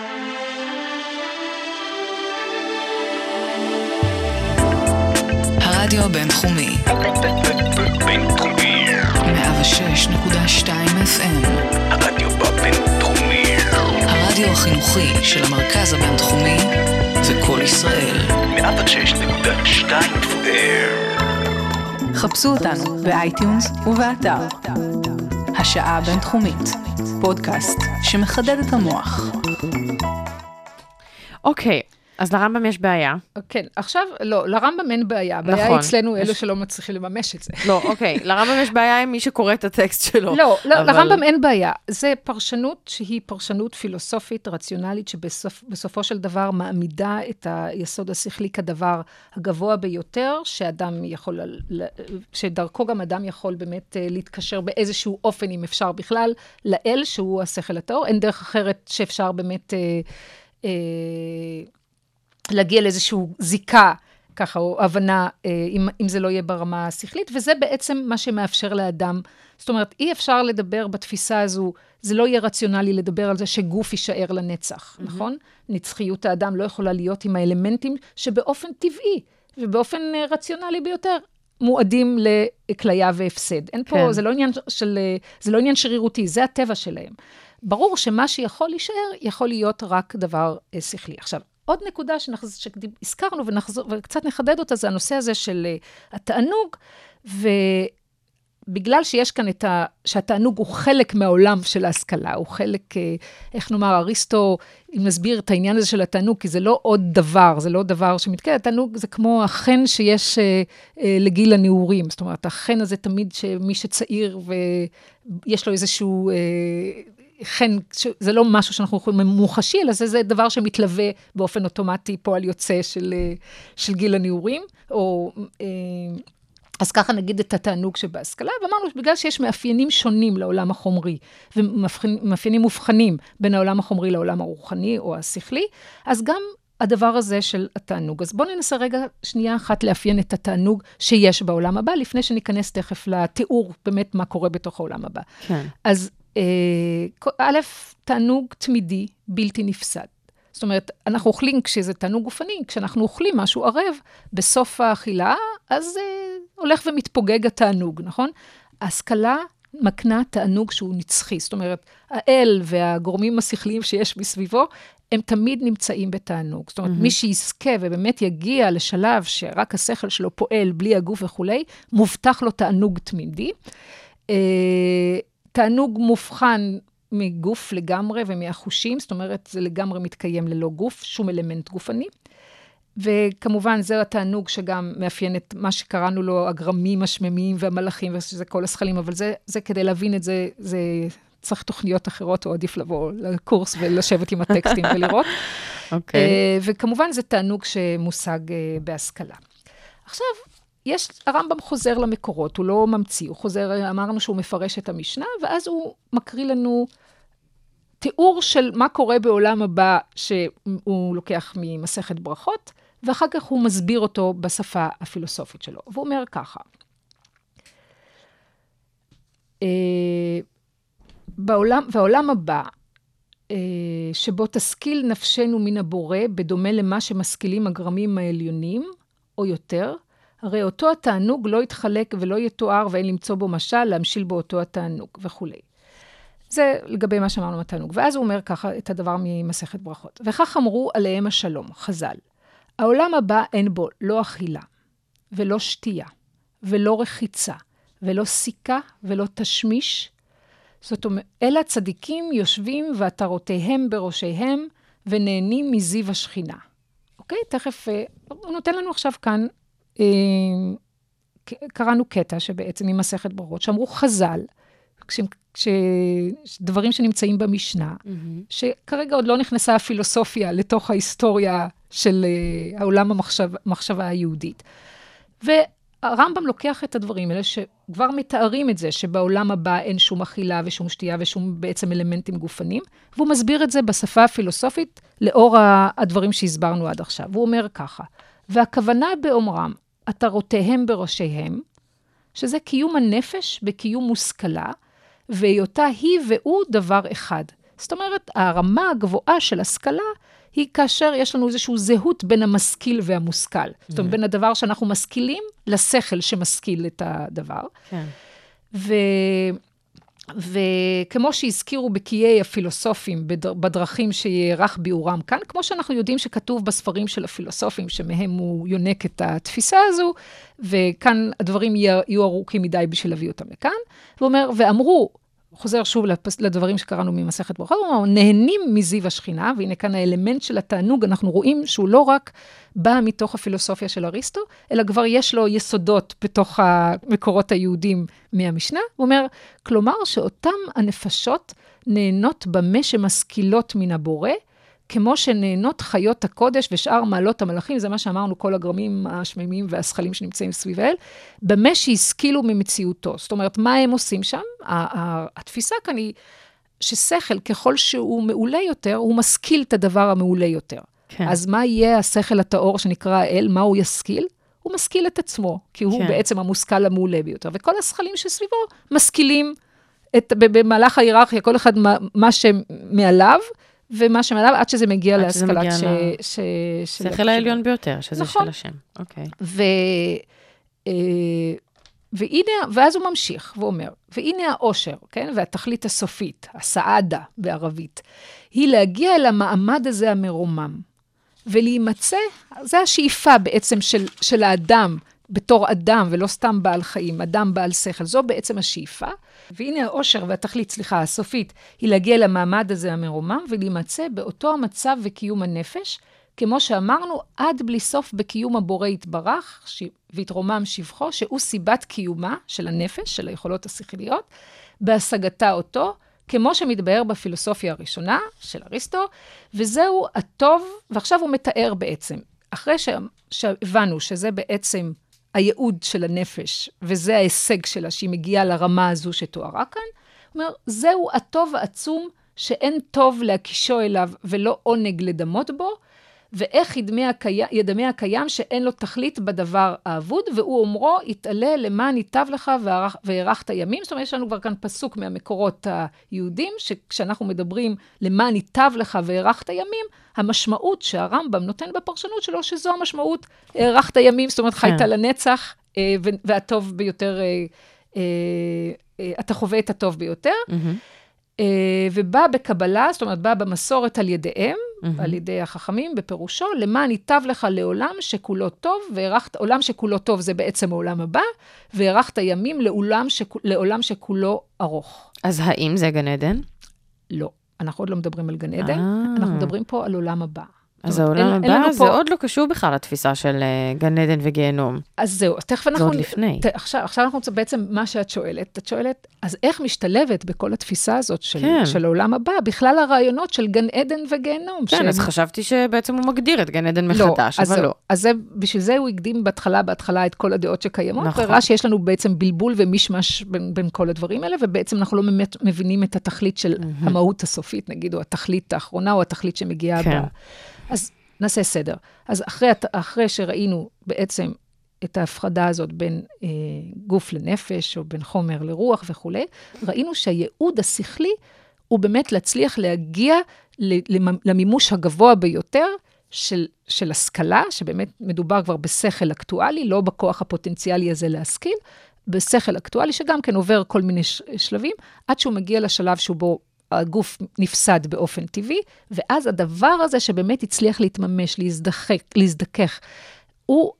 הרדיו הבינתחומי 106.2 FM. הרדיו הבינתחומי. הרדיו החינוכי של המרכז הבינתחומי וכל ישראל. 106.2 FM. חפשו אותנו באייטיונס ובאתר. השעה הבינתחומית, פודקאסט שמחדד את המוח. אוקיי. אז לרמב"ם יש בעיה. כן, עכשיו, לא, לרמב"ם אין בעיה. הבעיה היא אצלנו אלו שלא מצליחים לממש את זה. לא, אוקיי, לרמב"ם יש בעיה עם מי שקורא את הטקסט שלו. לא, לרמב"ם אין בעיה. זה פרשנות שהיא פרשנות פילוסופית, רציונלית, שבסופו של דבר מעמידה את היסוד השכלי כדבר הגבוה ביותר, שדרכו גם אדם יכול באמת להתקשר באיזשהו אופן, אם אפשר בכלל, לאל, שהוא השכל הטהור. אין דרך אחרת שאפשר באמת להגיע לאיזשהו זיקה, ככה, או הבנה, אם זה לא יהיה ברמה השכלית, וזה בעצם מה שמאפשר לאדם. זאת אומרת, אי אפשר לדבר בתפיסה הזו, זה לא יהיה רציונלי לדבר על זה שגוף יישאר לנצח, נכון? נצחיות האדם לא יכולה להיות עם האלמנטים שבאופן טבעי, ובאופן רציונלי ביותר, מועדים לכליה והפסד. אין פה, זה לא עניין שרירותי, זה הטבע שלהם. ברור שמה שיכול להישאר, יכול להיות רק דבר שכלי. עכשיו, עוד נקודה שהזכרנו וקצת נחדד אותה, זה הנושא הזה של התענוג, ובגלל שיש כאן שהתענוג הוא חלק מהעולם של ההשכלה, הוא חלק, איך נאמר, אריסטו מסביר את העניין הזה של התענוג, כי זה לא עוד דבר, זה לא דבר שמתקדם, התענוג זה כמו החן שיש לגיל הנעורים, זאת אומרת, החן הזה תמיד שמי שצעיר ויש לו איזשהו חן, זה לא משהו שאנחנו יכולים מוחשי, אלא זה דבר שמתלווה באופן אוטומטי פועל יוצא של גיל הנעורים, או אז ככה נגיד את התענוג שבהשכלה, ואמרנו שבגלל שיש מאפיינים שונים לעולם החומרי, ומאפיינים מובחנים בין העולם החומרי לעולם הרוחני או השכלי, אז גם הדבר הזה של התענוג. אז בואו ננסה רגע שנייה אחת לאפיין את התענוג שיש בעולם הבא, לפני שניכנס תכף לתיאור באמת מה קורה בתוך העולם הבא. כן. אז א', תענוג תמידי, בלתי נפסד. זאת אומרת, אנחנו אוכלים כשזה תענוג גופני, כשאנחנו אוכלים משהו ערב, בסוף האכילה, אז הולך ומתפוגג התענוג, נכון? ההשכלה מקנה תענוג שהוא נצחי, זאת אומרת, האל והגורמים השכליים שיש מסביבו, הם תמיד נמצאים בתענוג. זאת אומרת, מי שיזכה ובאמת יגיע לשלב שרק השכל שלו פועל בלי הגוף וכולי, מובטח לו תענוג תמידי. תענוג מובחן מגוף לגמרי ומהחושים, זאת אומרת, זה לגמרי מתקיים ללא גוף, שום אלמנט גופני. וכמובן, זה התענוג שגם מאפיין את מה שקראנו לו, הגרמים השממיים והמלאכים, וזה כל השכלים, אבל זה כדי להבין את זה, זה צריך תוכניות אחרות, או עדיף לבוא לקורס ולשבת עם הטקסטים ולראות. אוקיי. וכמובן, זה תענוג שמושג בהשכלה. עכשיו, הרמב"ם חוזר למקורות, הוא לא ממציא, הוא חוזר, אמרנו שהוא מפרש את המשנה, ואז הוא מקריא לנו תיאור של מה קורה בעולם הבא, שהוא לוקח ממסכת ברכות, ואחר כך הוא מסביר אותו בשפה הפילוסופית שלו. והוא אומר ככה, והעולם הבא, שבו תשכיל נפשנו מן הבורא, בדומה למה שמשכילים הגרמים העליונים, או יותר, הרי אותו התענוג לא יתחלק ולא יתואר, ואין למצוא בו משל, להמשיל בו אותו התענוג וכו'. זה לגבי מה שאמרנו מהתענוג. ואז הוא אומר ככה את הדבר ממסכת ברכות. וכך אמרו עליהם השלום, חז"ל. העולם הבא אין בו לא אכילה, ולא שתייה, ולא רחיצה, ולא סיכה, ולא תשמיש. זאת אומרת, אלה צדיקים יושבים ועטרותיהם בראשיהם, ונהנים מזיו השכינה. אוקיי? תכף, הוא נותן לנו עכשיו כאן, קראנו קטע שבעצם ממסכת ברכות, שאמרו חז"ל, דברים שנמצאים במשנה, שכרגע עוד לא נכנסה הפילוסופיה לתוך ההיסטוריה של העולם המחשבה היהודית. והרמב"ם לוקח את הדברים האלה, שכבר מתארים את זה, שבעולם הבא אין שום אכילה ושום שתייה ושום בעצם אלמנטים גופנים, והוא מסביר את זה בשפה הפילוסופית, לאור הדברים שהסברנו עד עכשיו. והוא אומר ככה, והכוונה באומרם, עטרותיהם בראשיהם, שזה קיום הנפש בקיום מושכלה, והיותה היא והוא דבר אחד. זאת אומרת, הרמה הגבוהה של השכלה, היא כאשר יש לנו איזושהי זהות בין המשכיל והמושכל. זאת אומרת, בין הדבר שאנחנו משכילים, לשכל שמשכיל את הדבר. כן. וכמו שהזכירו בקיי הפילוסופים, בדרכים שיערך ביאורם כאן, כמו שאנחנו יודעים שכתוב בספרים של הפילוסופים, שמהם הוא יונק את התפיסה הזו, וכאן הדברים יהיו ארוכים מדי בשביל להביא אותם לכאן, ואומר, ואמרו, חוזר שוב לדברים שקראנו ממסכת ברכות, הוא אומר, נהנים מזיו השכינה, והנה כאן האלמנט של התענוג, אנחנו רואים שהוא לא רק בא מתוך הפילוסופיה של אריסטו, אלא כבר יש לו יסודות בתוך המקורות היהודים מהמשנה. הוא אומר, כלומר שאותם הנפשות נהנות במה שמשכילות מן הבורא, כמו שנהנות חיות הקודש ושאר מעלות המלאכים, זה מה שאמרנו, כל הגרמים השממים והשכלים שנמצאים סביב האל, במה שהשכילו ממציאותו. זאת אומרת, מה הם עושים שם? התפיסה כאן היא ששכל, ככל שהוא מעולה יותר, הוא משכיל את הדבר המעולה יותר. כן. אז מה יהיה השכל הטהור שנקרא האל? מה הוא ישכיל? הוא משכיל את עצמו, כי הוא בעצם המושכל המעולה ביותר. וכל השכלים שסביבו משכילים במהלך ההיררכיה, כל אחד מה שמעליו, ומה שמעליו, עד שזה מגיע להשכלת שכל העליון ביותר, שזה של השם. אוקיי. והנה, ואז הוא ממשיך ואומר, והנה האושר, כן? והתכלית הסופית, הסעדה בערבית, היא להגיע אל המעמד הזה המרומם, ולהימצא, זה השאיפה בעצם של האדם, בתור אדם, ולא סתם בעל חיים, אדם בעל שכל, זו בעצם השאיפה. והנה האושר והתכלית, הסופית, היא להגיע אל המעמד הזה המרומם, ולהימצא באותו המצב וקיום הנפש, כמו שאמרנו, עד בלי סוף בקיום הבורא יתברך, והתרומם שבחו, שהוא סיבת קיומה של הנפש, של היכולות השכליות, בהשגתה אותו, כמו שמתבאר בפילוסופיה הראשונה של אריסטו, וזהו הטוב, ועכשיו הוא מתאר בעצם, אחרי שהבנו שזה בעצם הייעוד של הנפש, וזה ההישג שלה, שהיא מגיעה לרמה הזו שתוארה כאן, הוא אומר, זהו הטוב העצום, שאין טוב להקישו אליו, ולא עונג לדמות בו, ואיך ידמה הקיים שאין לו תכלית בדבר האבוד, והוא אומרו, יתעלה למען ייטב לך והארכת ימים. זאת אומרת, יש לנו כבר כאן פסוק מהמקורות היהודים, שכשאנחנו מדברים למען ייטב לך והארכת ימים, המשמעות שהרמב"ם נותן בפרשנות שלו, שזו המשמעות הארכת ימים, זאת אומרת, חיית לנצח, והטוב ביותר, אתה חווה את הטוב ביותר. ובא בקבלה, זאת אומרת, בא במסורת על ידיהם, על ידי החכמים, בפירושו, למען ייטב לך לעולם שכולו טוב, עולם שכולו טוב זה בעצם העולם הבא, והארכת ימים לעולם שכולו ארוך. אז האם זה גן עדן? לא, אנחנו עוד לא מדברים על גן עדן, אנחנו מדברים פה על עולם הבא. אז העולם הבא זה עוד לא קשור בכלל לתפיסה של גן עדן וגיהנום. אז זהו, אז תכף אנחנו... זה עוד לפני. עכשיו אנחנו בעצם מה שאת שואלת, את שואלת, אז איך משתלבת בכל התפיסה הזאת של העולם הבא, בכלל הרעיונות של גן עדן וגיהנום? כן, אז חשבתי שבעצם הוא מגדיר את גן עדן מחדש, אבל לא. אז בשביל זה הוא הקדים בהתחלה את כל הדעות שקיימות, וראה שיש לנו בעצם בלבול ומשמש בין כל הדברים האלה, ובעצם אנחנו לא באמת מבינים את התכלית של המהות הסופית, נגיד, או התכלית האחרונה, או התכלית שמגיעה הבאה. אז נעשה סדר. אז אחרי שראינו בעצם את ההפרדה הזאת בין גוף לנפש, או בין חומר לרוח וכו', ראינו שהייעוד השכלי הוא באמת להצליח להגיע למימוש הגבוה ביותר של השכלה, שבאמת מדובר כבר בשכל אקטואלי, לא בכוח הפוטנציאלי הזה להשכיל, בשכל אקטואלי שגם כן עובר כל מיני שלבים, עד שהוא מגיע לשלב שבו הגוף נפסד באופן טבעי, ואז הדבר הזה שבאמת הצליח להתממש, להזדכך, הוא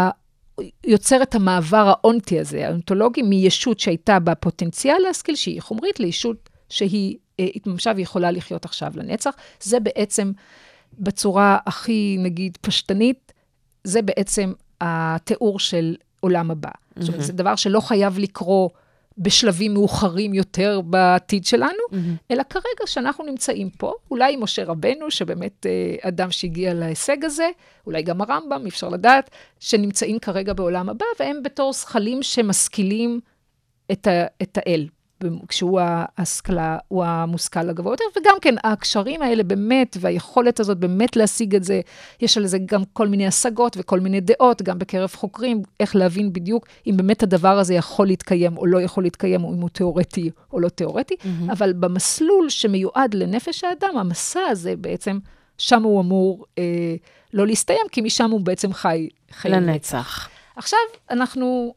יוצר את המעבר האונטי הזה, האונתולוגי, מישות שהייתה בפוטנציאל להשכיל, שהיא חומרית, לישות שהיא התממשה ויכולה לחיות עכשיו לנצח. זה בעצם, בצורה הכי, נגיד, פשטנית, זה בעצם התיאור של עולם הבא. זאת אומרת, זה דבר שלא חייב לקרוא בשלבים מאוחרים יותר בעתיד שלנו, אלא כרגע שאנחנו נמצאים פה, אולי משה רבנו, שבאמת אדם שהגיע להישג הזה, אולי גם הרמב"ם, אפשר לדעת, שנמצאים כרגע בעולם הבא, והם בתור שכלים שמשכילים את האל, כשהוא ההשכלה, הוא המושכל הגבוה יותר, וגם כן, הקשרים האלה באמת, והיכולת הזאת באמת להשיג את זה, יש על זה גם כל מיני השגות וכל מיני דעות, גם בקרב חוקרים, איך להבין בדיוק אם באמת הדבר הזה יכול להתקיים או לא יכול להתקיים, או אם הוא תיאורטי או לא תיאורטי, אבל במסלול שמיועד לנפש האדם, המסע הזה בעצם, שם הוא אמור לא להסתיים, כי משם הוא בעצם חי לנצח. עכשיו אנחנו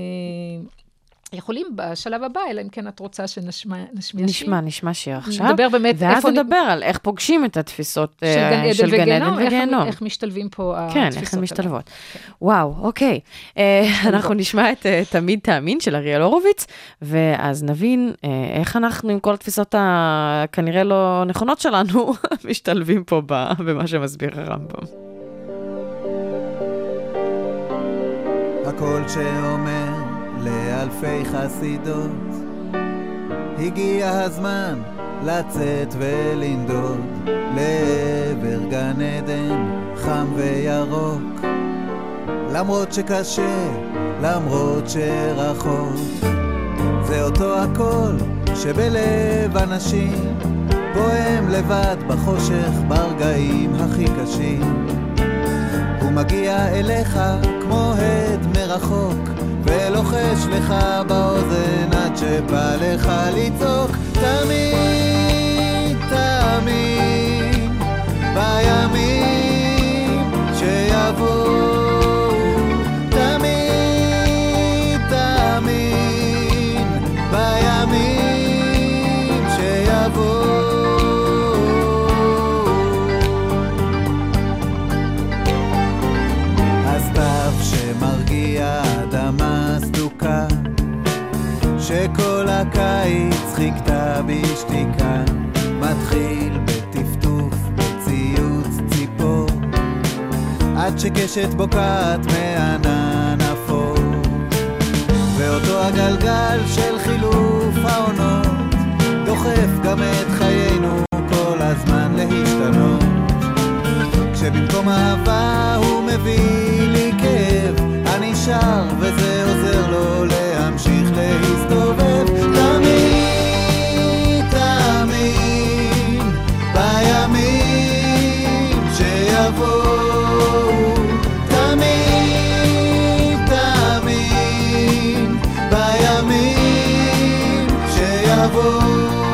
יכולים בשלב הבא, אלא אם כן את רוצה שנשמע שיר. נשמע שיר עכשיו. נדבר באמת ואז נדבר על איך פוגשים את התפיסות של גן עדן וגיהנום. איך משתלבים פה כן, איך הן משתלבות. וואו, אוקיי. אנחנו נשמע את תמיד תאמין של אריאל הורוביץ, ואז נבין איך אנחנו עם כל התפיסות הכנראה לא נכונות שלנו, משתלבים פה במה שמסביר הרמב"ם. הכל שאומר לאלפי חסידות, הגיע הזמן לצאת ולנדוד לעבר גן עדן חם וירוק, למרות שקשה, למרות שרחוק, זה אותו הכל שבלב אנשים בוהם לבד בחושך ברגעים הכי קשים. הוא מגיע אליך כמו הד מרחוק, ולוחש לך באוזן עד שבא לך לצעוק. תמיד, תמיד, בימים שיבואו, תמיד, הקיץ חיכתה בשתיקה, מתחיל בטפטוף, בציוץ ציפור, עד שקשת בוקעת מענן אפור, ואותו הגלגל של חילוף העונות דוחף גם את חיינו כל הזמן להשתנות, כשבמקום אהבה הוא מביא לי כאב, אני שר וזה עוזר לו להמשיך להסתובב. תמיד תאמין בימים שיבואו, תמיד תאמין בימים שיבואו.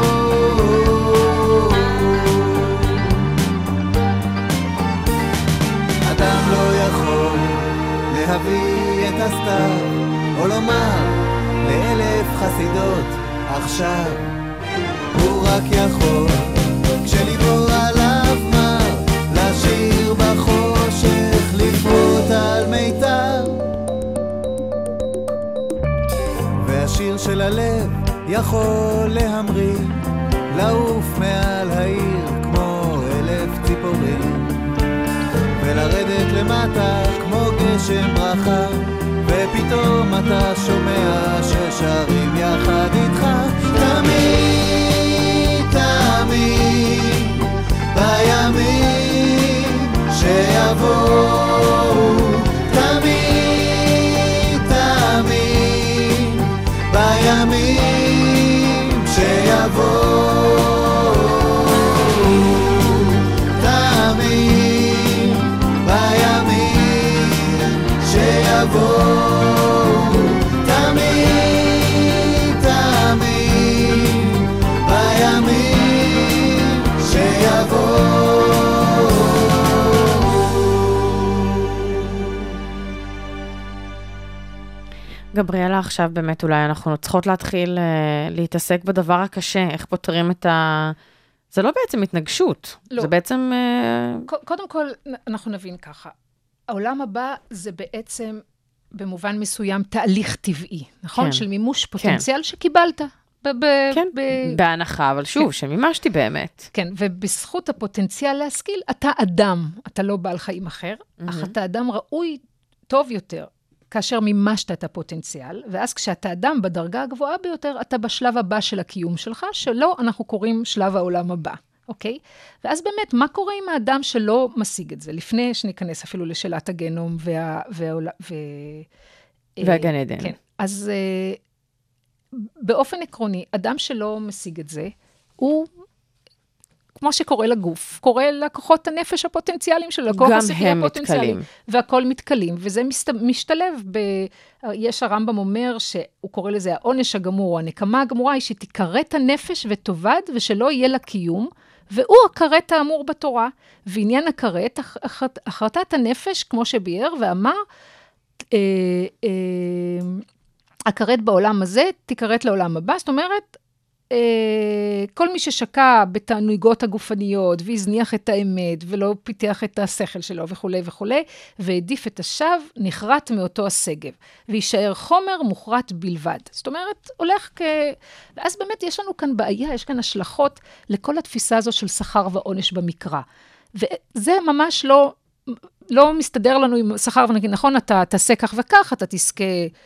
אדם לא יכול להביא את הסתיו או לומר לאלף חסידות עכשיו, הוא רק יכול כשליבו עליו מר, לשיר בחושך, לפרוט על מיתר, והשיר של הלב יכול להמריא, לעוף מעל העיר כמו אלף ציפורים, ולרדת למטה כמו גשם ברכה, ופתאום אתה שומע ששרים יחד איתך. תמיד תאמין בימים שיבואו, תמיד תאמין בימים שיבואו, תאמין בימים שיבואו, תמיד תאמין בימים שיבואו. גבריאלה, עכשיו באמת אולי אנחנו צריכות להתחיל להתעסק בדבר הקשה, איך פותרים את ה... זה לא בעצם התנגשות, לא. זה בעצם... קודם כל, אנחנו נבין ככה. העולם הבא זה בעצם, במובן מסוים, תהליך טבעי, נכון? כן. של מימוש פוטנציאל שקיבלת. כן, בהנחה, אבל שוב, שמימשתי באמת. כן, ובזכות הפוטנציאל להשכיל, אתה אדם, אתה לא בעל חיים אחר, אך אתה אדם ראוי טוב יותר, כאשר מימשת את הפוטנציאל, ואז כשאתה אדם בדרגה הגבוהה ביותר, אתה בשלב הבא של הקיום שלך, שלא אנחנו קוראים שלב העולם הבא, אוקיי? ואז באמת, מה קורה עם האדם שלא משיג את זה? לפני שניכנס אפילו לשאלת הגנום והגן עדן. כן, אז באופן עקרוני, אדם שלא משיג את זה, הוא... כמו שקורה לגוף, קורה לכוחות הנפש הפוטנציאליים של הכוח השכלי הפוטנציאלי. והכל מתקלים, וזה משתלב יש הרמב"ם אומר שהוא קורא לזה העונש הגמור, או הנקמה הגמורה, היא שתיקראת הנפש ותאבד, ושלא יהיה לה קיום, והוא הכרת האמור בתורה. ועניין הכרת, הכרתת הנפש, כמו שביאר, ואמר, הכרת בעולם הזה, תיקראת לעולם הבא, זאת אומרת, כל מי ששקע בתענוגות הגופניות, והזניח את האמת, ולא פיתח את השכל שלו וכו' וכו', והעדיף את השווא, נחרט מאותו הסגב, וישאר חומר מוחרט בלבד. זאת אומרת, הולך ואז באמת יש לנו כאן בעיה, יש כאן השלכות לכל התפיסה הזו של שכר ועונש במקרא. וזה ממש לא מסתדר לנו עם שכר ונגיד, נכון, אתה תעשה כך וכך, אתה תזכה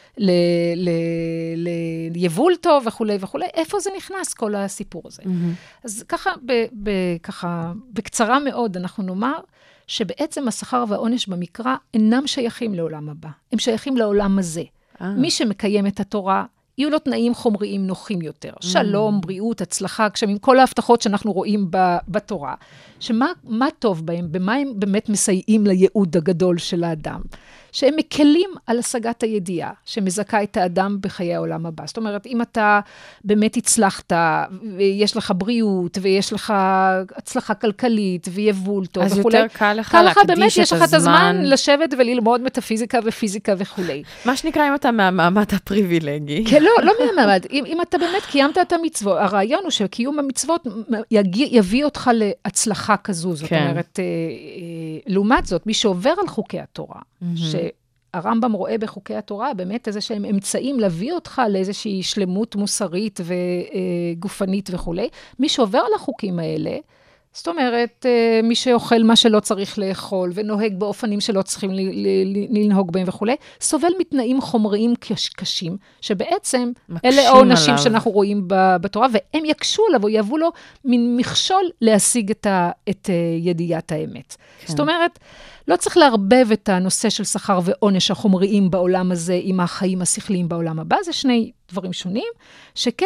ליבול טוב וכו' וכו', איפה זה נכנס כל הסיפור הזה? אז ככה, בקצרה מאוד אנחנו נאמר, שבעצם השכר והעונש במקרא אינם שייכים לעולם הבא, הם שייכים לעולם הזה. מי שמקיים את התורה, יהיו לו תנאים חומריים נוחים יותר. שלום, בריאות, הצלחה, גשמים, כל ההבטחות שאנחנו רואים בתורה. שמה טוב בהם, במה הם באמת מסייעים לייעוד הגדול של האדם. שהם מקלים על השגת הידיעה, שמזכה את האדם בחיי העולם הבא. זאת אומרת, אם אתה באמת הצלחת, ויש לך בריאות, ויש לך הצלחה כלכלית, ויבול טוב וכו'. אז יותר קל לך להקדיש את הזמן. באמת יש לך את הזמן לשבת וללמוד מטאפיזיקה ופיזיקה וכו'. מה שנקרא, אם אתה מהמעמד הפריבילגי. כן, לא מהמעמד. אם אתה באמת קיימת את המצוות, הרעיון הוא שקיום המצוות יביא אותך להצלחה כזו. זאת אומרת, לעומת זאת, מי שעובר על חוקי התורה, הרמב"ם רואה בחוקי התורה באמת איזה שהם אמצעים להביא אותך לאיזושהי שלמות מוסרית וגופנית וכו'. מי שעובר על החוקים האלה, זאת אומרת, מי שאוכל מה שלא צריך לאכול, ונוהג באופנים שלא צריכים לנהוג בהם וכו', סובל מתנאים חומריים קשים, שבעצם אלה העונשים שאנחנו רואים בתורה, והם יקשו עליו, או יהוו לו מין מכשול להשיג את ידיעת האמת. כן. זאת אומרת, לא צריך לערבב את הנושא של שכר ועונש החומריים בעולם הזה, עם החיים השכליים בעולם הבא, זה שני דברים שונים, שכן,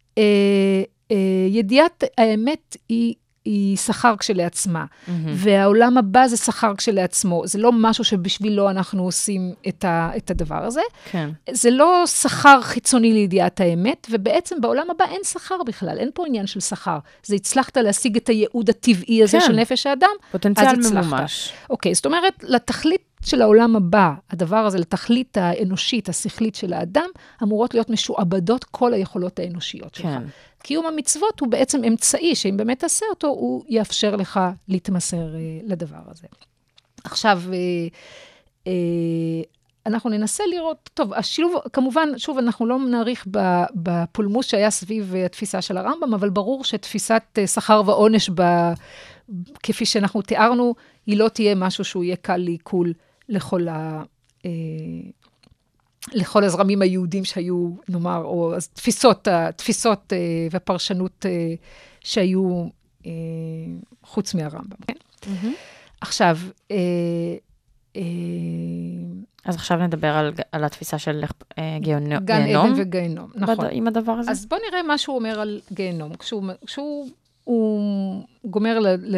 ידיעת האמת היא שכר כשלעצמה, והעולם הבא זה שכר כשלעצמו, זה לא משהו שבשבילו אנחנו עושים את הדבר הזה, כן. זה לא שכר חיצוני לידיעת האמת, ובעצם בעולם הבא אין שכר בכלל, אין פה עניין של שכר, זה הצלחת להשיג את הייעוד הטבעי הזה של נפש האדם, פוטנציאל ממומש. אוקיי, זאת אומרת, לתכלית של העולם הבא, הדבר הזה, לתכלית האנושית, השכלית של האדם, אמורות להיות משועבדות כל היכולות האנושיות שלך. קיום המצוות הוא בעצם אמצעי, שאם באמת תעשה אותו, הוא יאפשר לך להתמסר לדבר הזה. עכשיו, אנחנו ננסה לראות, טוב, השילוב, כמובן, שוב, אנחנו לא נעריך בפולמוס שהיה סביב התפיסה של הרמב"ם, אבל ברור שתפיסת שכר ועונש, כפי שאנחנו תיארנו, היא לא תהיה משהו שהוא יהיה קל לעיכול לכל הזרמים היהודים שהיו, נאמר, או תפיסות והפרשנות שהיו חוץ מהרמב"ם. כן? עכשיו, אז עכשיו נדבר על התפיסה של גיהנום. גן עדן וגיהנום, נכון. עם הדבר הזה? אז בוא נראה מה שהוא אומר על גיהנום. כשהוא גומר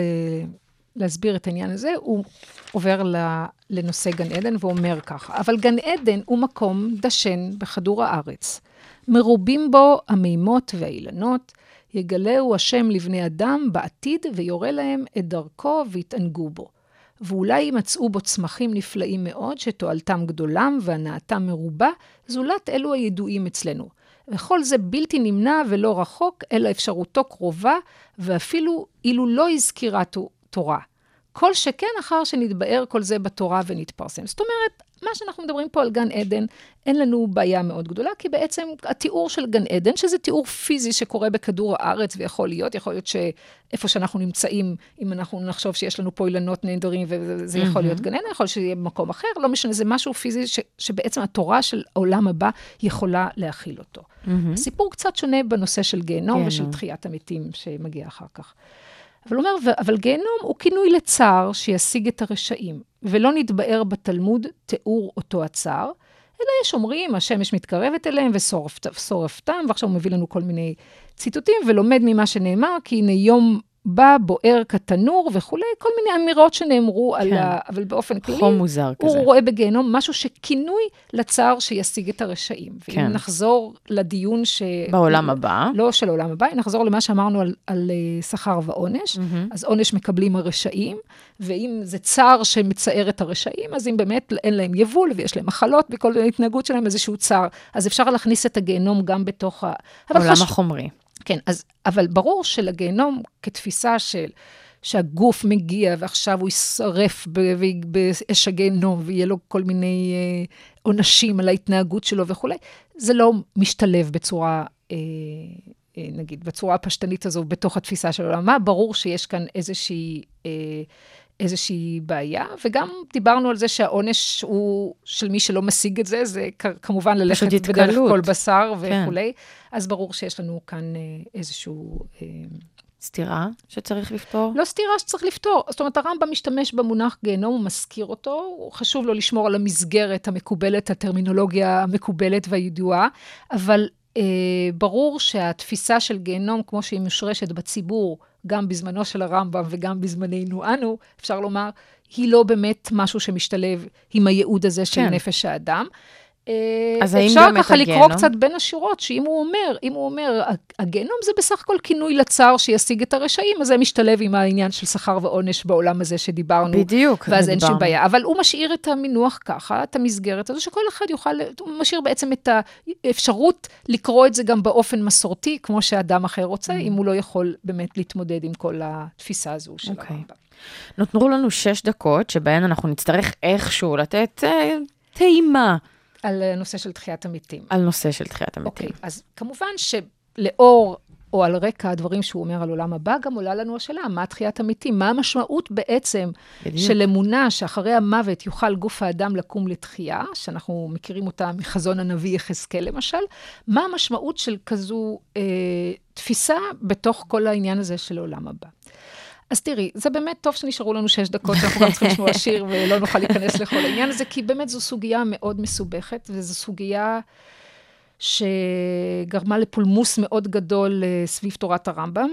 להסביר את העניין הזה, הוא עובר לנושא גן עדן ואומר ככה, אבל גן עדן הוא מקום דשן בכדור הארץ, מרובים בו המימות והאילנות, יגלהו השם לבני אדם בעתיד ויורה להם את דרכו והתענגו בו. ואולי ימצאו בו צמחים נפלאים מאוד, שתועלתם גדולם והנאתם מרובה, זולת אלו הידועים אצלנו. וכל זה בלתי נמנע ולא רחוק, אלא אפשרותו קרובה, ואפילו אילו לא הזכירה תורה. כל שכן אחר שנתבאר כל זה בתורה ונתפרסם. זאת אומרת, מה שאנחנו מדברים פה על גן עדן, אין לנו בעיה מאוד גדולה, כי בעצם התיאור של גן עדן, שזה תיאור פיזי שקורה בכדור הארץ, ויכול להיות שאיפה שאנחנו נמצאים, אם אנחנו נחשוב שיש לנו פה אילנות נהדרים, וזה יכול להיות גן עדן, יכול שיהיה במקום אחר, לא משנה, זה משהו פיזי שבעצם התורה של העולם הבא יכולה להכיל אותו. הסיפור קצת שונה בנושא של גיהנום ושל תחיית המתים שמגיע אחר כך. אבל הוא אומר, אבל גיהנום הוא כינוי לצער שישיג את הרשעים, ולא נתבאר בתלמוד תיאור אותו הצער, אלא יש אומרים, השמש מתקרבת אליהם ושורפתם, ועכשיו הוא מביא לנו כל מיני ציטוטים, ולומד ממה שנאמר, כי הנה יום בא בוער כתנור וכו', כל מיני אמירות שנאמרו על אבל באופן כללי, חום מוזר כזה. הוא רואה בגיהנום משהו שכינוי לצער שישיג את הרשעים. ואם נחזור לדיון בעולם הבא. לא של העולם הבא, נחזור למה שאמרנו על שכר ועונש, אז עונש מקבלים הרשעים, ואם זה צער שמצער את הרשעים, אז אם באמת אין להם יבול, ויש להם מחלות, בכל ההתנהגות שלהם איזשהו צער, אז אפשר להכניס את הגיהנום גם בתוך העולם החומרי. כן, אבל ברור שלגיהנום כתפיסה שהגוף מגיע ועכשיו הוא ישרף באש הגיהנום ויהיה לו כל מיני עונשים על ההתנהגות שלו וכו', זה לא משתלב בצורה, נגיד, בצורה הפשטנית הזו בתוך התפיסה של העולם. ברור שיש כאן איזושהי בעיה, וגם דיברנו על זה שהעונש הוא של מי שלא משיג את זה, זה כמובן ללכת בדרך כל בשר וכולי, אז ברור שיש לנו כאן איזשהו סתירה שצריך לפתור? לא סתירה שצריך לפתור, זאת אומרת, הרמב"ם משתמש במונח גיהנום, הוא מזכיר אותו, חשוב לו לשמור על המסגרת המקובלת, הטרמינולוגיה המקובלת והידועה, אבל ברור שהתפיסה של גיהנום, כמו שהיא משרשת בציבור, גם בזמנו של הרמב"ם וגם בזמננו אנו, אפשר לומר, היא לא באמת משהו שמשתלב עם הייעוד הזה של נפש האדם. אפשר ככה לקרוא קצת בין השורות, שאם הוא אומר, הגיהנום זה בסך הכל כינוי לצער שישיג את הרשעים, אז זה משתלב עם העניין של שכר ועונש בעולם הזה שדיברנו. בדיוק. ואז אין שום בעיה. אבל הוא משאיר את המינוח ככה, את המסגרת הזו, שכל אחד יוכל, הוא משאיר בעצם את האפשרות לקרוא את זה גם באופן מסורתי, כמו שאדם אחר רוצה, אם הוא לא יכול באמת להתמודד עם כל התפיסה הזו של הרמב"ם. נותנו לנו 6 דקות, שבהן אנחנו נצטרך איכשהו לתת טעימה. על הנושא של תחיית המתים. על נושא של תחיית המתים. אוקיי, אז כמובן שלאור או על רקע הדברים שהוא אומר על עולם הבא, גם עולה לנו השאלה, מה תחיית המתים? מה המשמעות בעצם של אמונה שאחרי המוות יוכל גוף האדם לקום לתחייה, שאנחנו מכירים אותה מחזון הנביא יחזקאל למשל, מה המשמעות של כזו תפיסה בתוך כל העניין הזה של עולם הבא? אז תראי, זה באמת טוב שנשארו לנו 6 דקות, שאנחנו גם צריכים לשמוע שיר ולא נוכל להיכנס לכל העניין הזה, כי באמת זו סוגיה מאוד מסובכת, וזו סוגיה שגרמה לפולמוס מאוד גדול סביב תורת הרמב"ם.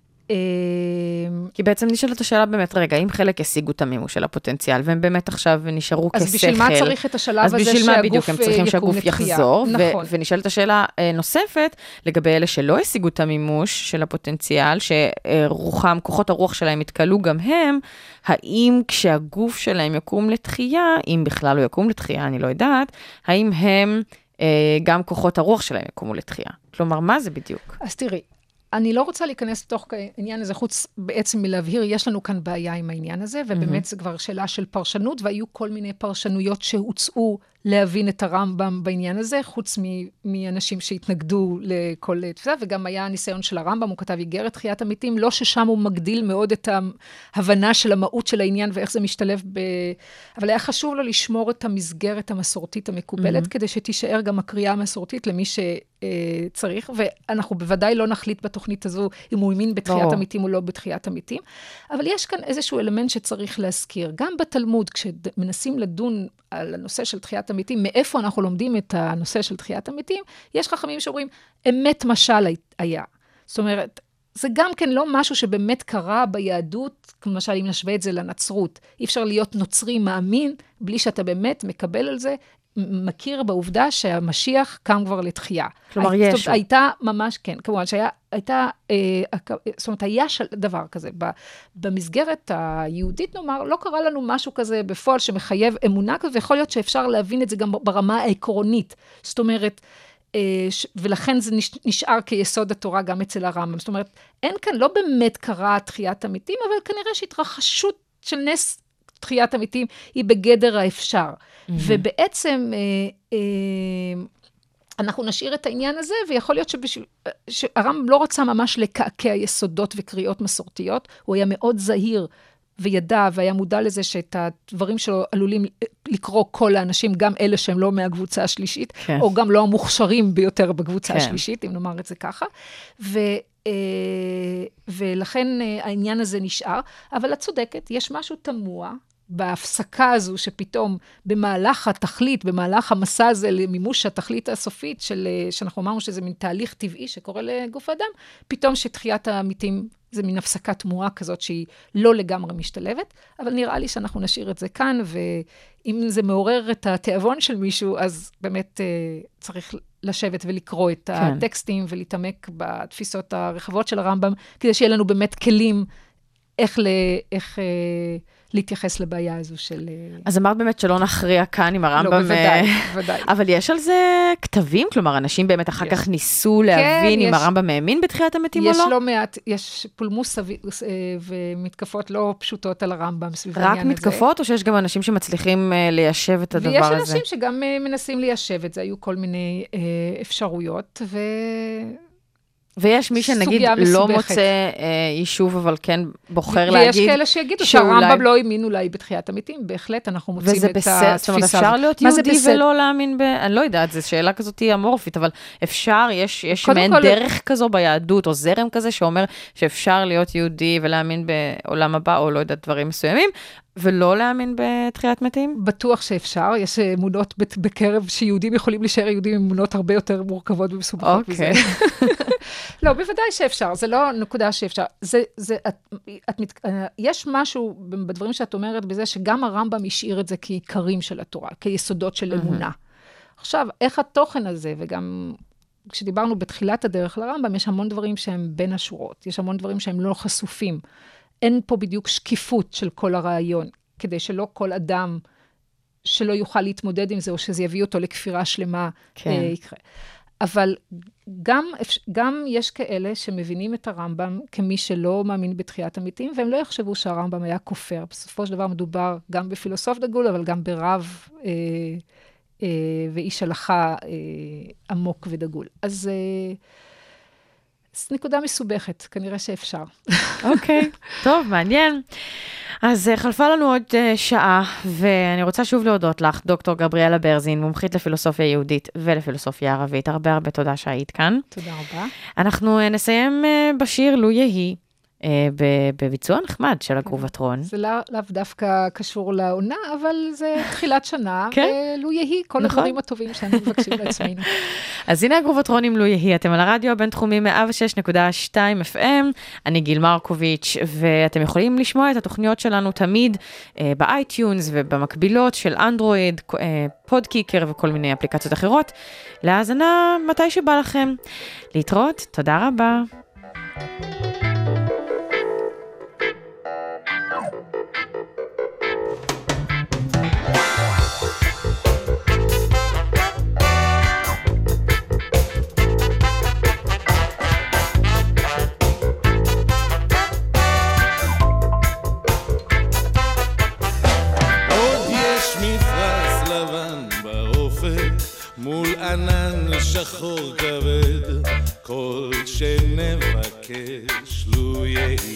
כי בעצם נשאלת השאלה באמת, רגע, אם חלק השיגו את המימוש של הפוטנציאל, והם באמת עכשיו נשארו כשכל. אז בשביל מה צריך את השלב הזה שהגוף יקום לתחייה? אז בשביל מה בדיוק הם צריכים שהגוף יחזור? נכון. ונשאלת השאלה נוספת, לגבי אלה שלא השיגו את המימוש של הפוטנציאל, שרוחם, כוחות הרוח שלהם התקלו גם הם, האם כשהגוף שלהם יקום לתחייה, אם בכלל הוא יקום לתחייה, אני לא יודעת, האם הם גם כוחות הרוח שלהם יקומו לתחייה? כלומר, מה זה בדיוק? אז תראי, אני לא רוצה להיכנס לתוך העניין הזה, חוץ בעצם מלהבהיר, יש לנו כאן בעיה עם העניין הזה, ובאמת זה כבר שאלה של פרשנות, והיו כל מיני פרשנויות שהוצאו להבין את הרמב"ם בעניין הזה, חוץ מאנשים שהתנגדו לכל תפיסה, וגם היה ניסיון של הרמב"ם, הוא כתב איגרת תחיית המתים, לא ששם הוא מגדיל מאוד את ההבנה של המהות של העניין, ואיך זה משתלב אבל היה חשוב לו לשמור את המסגרת המסורתית המקובלת, כדי שתישאר גם הקריאה המסורתית למי שצריך, ואנחנו בוודאי לא נחליט בתוכנית הזו, אם הוא האמין בתחיית המתים או לא בתחיית המתים, אבל יש כאן איזשהו אלמנט שצריך להזכיר. גם בתלמוד, כשמנסים לדון על הנושא של תחיית המתים, מאיפה אנחנו לומדים את הנושא של תחיית המתים, יש חכמים שאומרים, אמת משל היה. זאת אומרת, זה גם כן לא משהו שבאמת קרה ביהדות, למשל אם נשווה את זה לנצרות. אי אפשר להיות נוצרי מאמין, בלי שאתה באמת מקבל על זה, מכיר בעובדה שהמשיח קם כבר לתחייה. כלומר, ישו. הייתה ממש, כן, כמובן שהייתה, זאת אומרת, היה דבר כזה. במסגרת היהודית, נאמר, לא קרה לנו משהו כזה בפועל שמחייב אמונה כזה, ויכול להיות שאפשר להבין את זה גם ברמה העקרונית. זאת אומרת, ולכן זה נשאר כיסוד התורה גם אצל הרמב"ם. זאת אומרת, אין כאן, לא באמת קרה תחיית המתים, אבל כנראה שהתרחשות של נס תחיית המתים היא בגדר האפשר. ובעצם אנחנו נשאיר את העניין הזה, ויכול להיות שהרמב"ם לא רצה ממש לקעקע יסודות וקריאות מסורתיות, הוא היה מאוד זהיר וידע, והיה מודע לזה שאת הדברים שלו עלולים לקרוא כל האנשים, גם אלה שהם לא מהקבוצה השלישית, או גם לא המוכשרים ביותר בקבוצה השלישית, אם נאמר את זה ככה. ולכן העניין הזה נשאר, אבל את צודקת, יש משהו תמוה, בהפסקה הזו שפתאום במהלך התכלית, במהלך המסע הזה למימוש התכלית הסופית, שאנחנו אמרנו שזה מין תהליך טבעי שקורה לגוף האדם, פתאום שתחיית המתים זה מין הפסקה תמוהה כזאת שהיא לא לגמרי משתלבת, אבל נראה לי שאנחנו נשאיר את זה כאן, ואם זה מעורר את התיאבון של מישהו, אז באמת צריך לשבת ולקרוא את הטקסטים ולהתעמק בתפיסות הרחבות של הרמב"ם, כדי שיהיה לנו באמת כלים איך להתייחס לבעיה הזו של... אז אמרת באמת שלא נכריע כאן עם הרמב"ם. לא, בוודאי, בוודאי. אבל יש על זה כתבים? כלומר, אנשים באמת אחר כך ניסו להבין אם הרמב"ם מאמין בתחיית המתים או לא? יש לא מעט, יש פולמוס ומתקפות לא פשוטות על הרמב"ם סביב העניין הזה. רק מתקפות, או שיש גם אנשים שמצליחים ליישב את הדבר הזה? ויש אנשים שגם מנסים ליישב את זה, היו כל מיני אפשרויות, ויש מי שנגיד לא מוצא יישוב, אבל כן בוחר להגיד... ויש כאלה שיגידו שהרמב"ם לא האמין אולי בתחיית המתים, בהחלט אנחנו מוצאים את התפיסה. זאת אומרת, אפשר להיות יהודי ולא להאמין אני לא יודעת, זו שאלה כזאת היא אמורפית, אבל אפשר, יש מעין דרך כזו ביהדות, או זרם כזה שאומר שאפשר להיות יהודי ולהאמין בעולם הבא, או לא יודעת דברים מסוימים, ולא להאמין בתחיית מתים? בטוח שאפשר, יש אמונות בקרב שיהודים יכולים להישאר יהודים עם אמונות הרבה יותר מורכבות ומסובכות מזה. לא, בוודאי שאפשר, זה לא נקודה שאפשר. יש משהו בדברים שאת אומרת בזה, שגם הרמב"ם השאיר את זה כעיקרים של התורה, כיסודות של אמונה. עכשיו, איך התוכן הזה, וגם כשדיברנו בתחילת הדרך לרמב"ם, יש המון דברים שהם בין השורות, יש המון דברים שהם לא חשופים. אין פה בדיוק שקיפות של כל הרעיון, כדי שלא כל אדם שלא יוכל להתמודד עם זה, או שזה יביא אותו לכפירה שלמה יקרה. אבל גם יש כאלה שמבינים את הרמב"ם כמי שלא מאמין בתחיית המתים, והם לא יחשבו שהרמב"ם היה כופר. בסופו של דבר מדובר גם בפילוסוף דגול, אבל גם ברב ואיש הלכה עמוק ודגול. אז נקודה מסובכת, כנראה שאפשר. אוקיי, טוב, מעניין. אז חלפה לנו עוד שעה, ואני רוצה שוב להודות לך, דוקטור גבריאלה ברזין, מומחית לפילוסופיה יהודית ולפילוסופיה ערבית. הרבה הרבה תודה שהיית כאן. תודה רבה. אנחנו נסיים בשיר לו יהי, בביצוע נחמד של הגרובטרון. זה לאו דווקא קשור לעונה, אבל זה תחילת שנה, ולו יהי כל הדברים הטובים שאנו מבקשים לעצמנו. אז הנה הגרובטרון עם לו יהי, אתם על הרדיו הבינתחומי 106.2 FM, אני גיל מרקוביץ', ואתם יכולים לשמוע את התוכניות שלנו תמיד באייטיונס ובמקבילות של אנדרואיד, פודקיקר וכל מיני אפליקציות אחרות, להאזנה מתי שבא לכם. להתראות, תודה רבה. מול ענן שחור כבד, כל שנבקש לו יהי.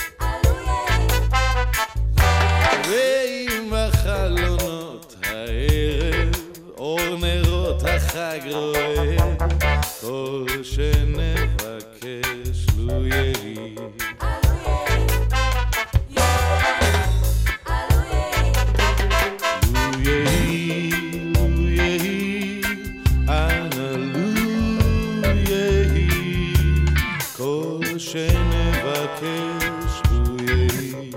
ועם החלונות הערב, אור נרות החג רועד, כל שנבקש לו יהי. שנבקש לו יהי,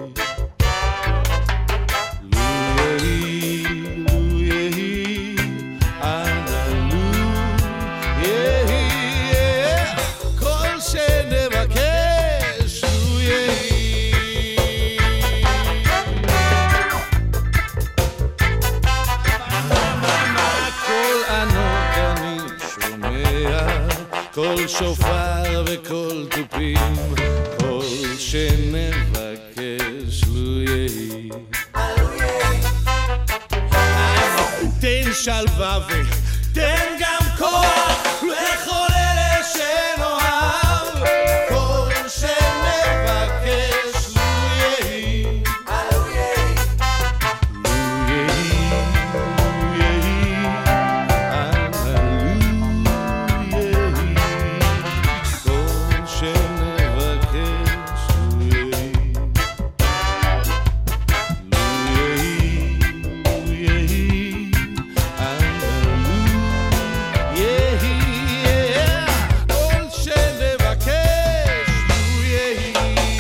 לו יהי, לו יהי, אנא לו יהי, כל שנבקש לו יהי. כל ענות אני שומע, כל שופר וכל תופים, כל שנבקש לו יהי. תן שלווה ותן גם כוח לכל אלה שנאהב, כל שנבקש לו יהי. לו יהי, לו יהי, אנא לו יהי, כל שנבקש לו יהי. לו יהי, לו יהי, אנא לו יהי, כל שנבקש לו יהי.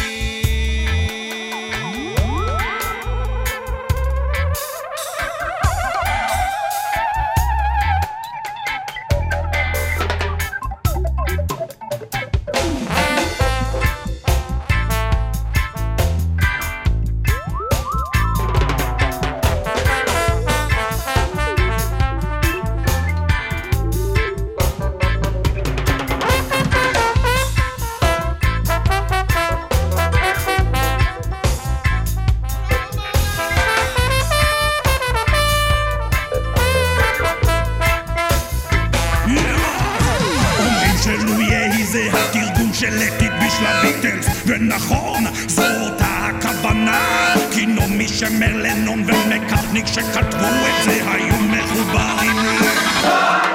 אומרים שלו יהי זה התרגום של לקיט בשביל הביטלס, ונכון, זאת הכוונה, כי נעמי שמר לנון ומקארטני שכתבו את זה היו מחוברים.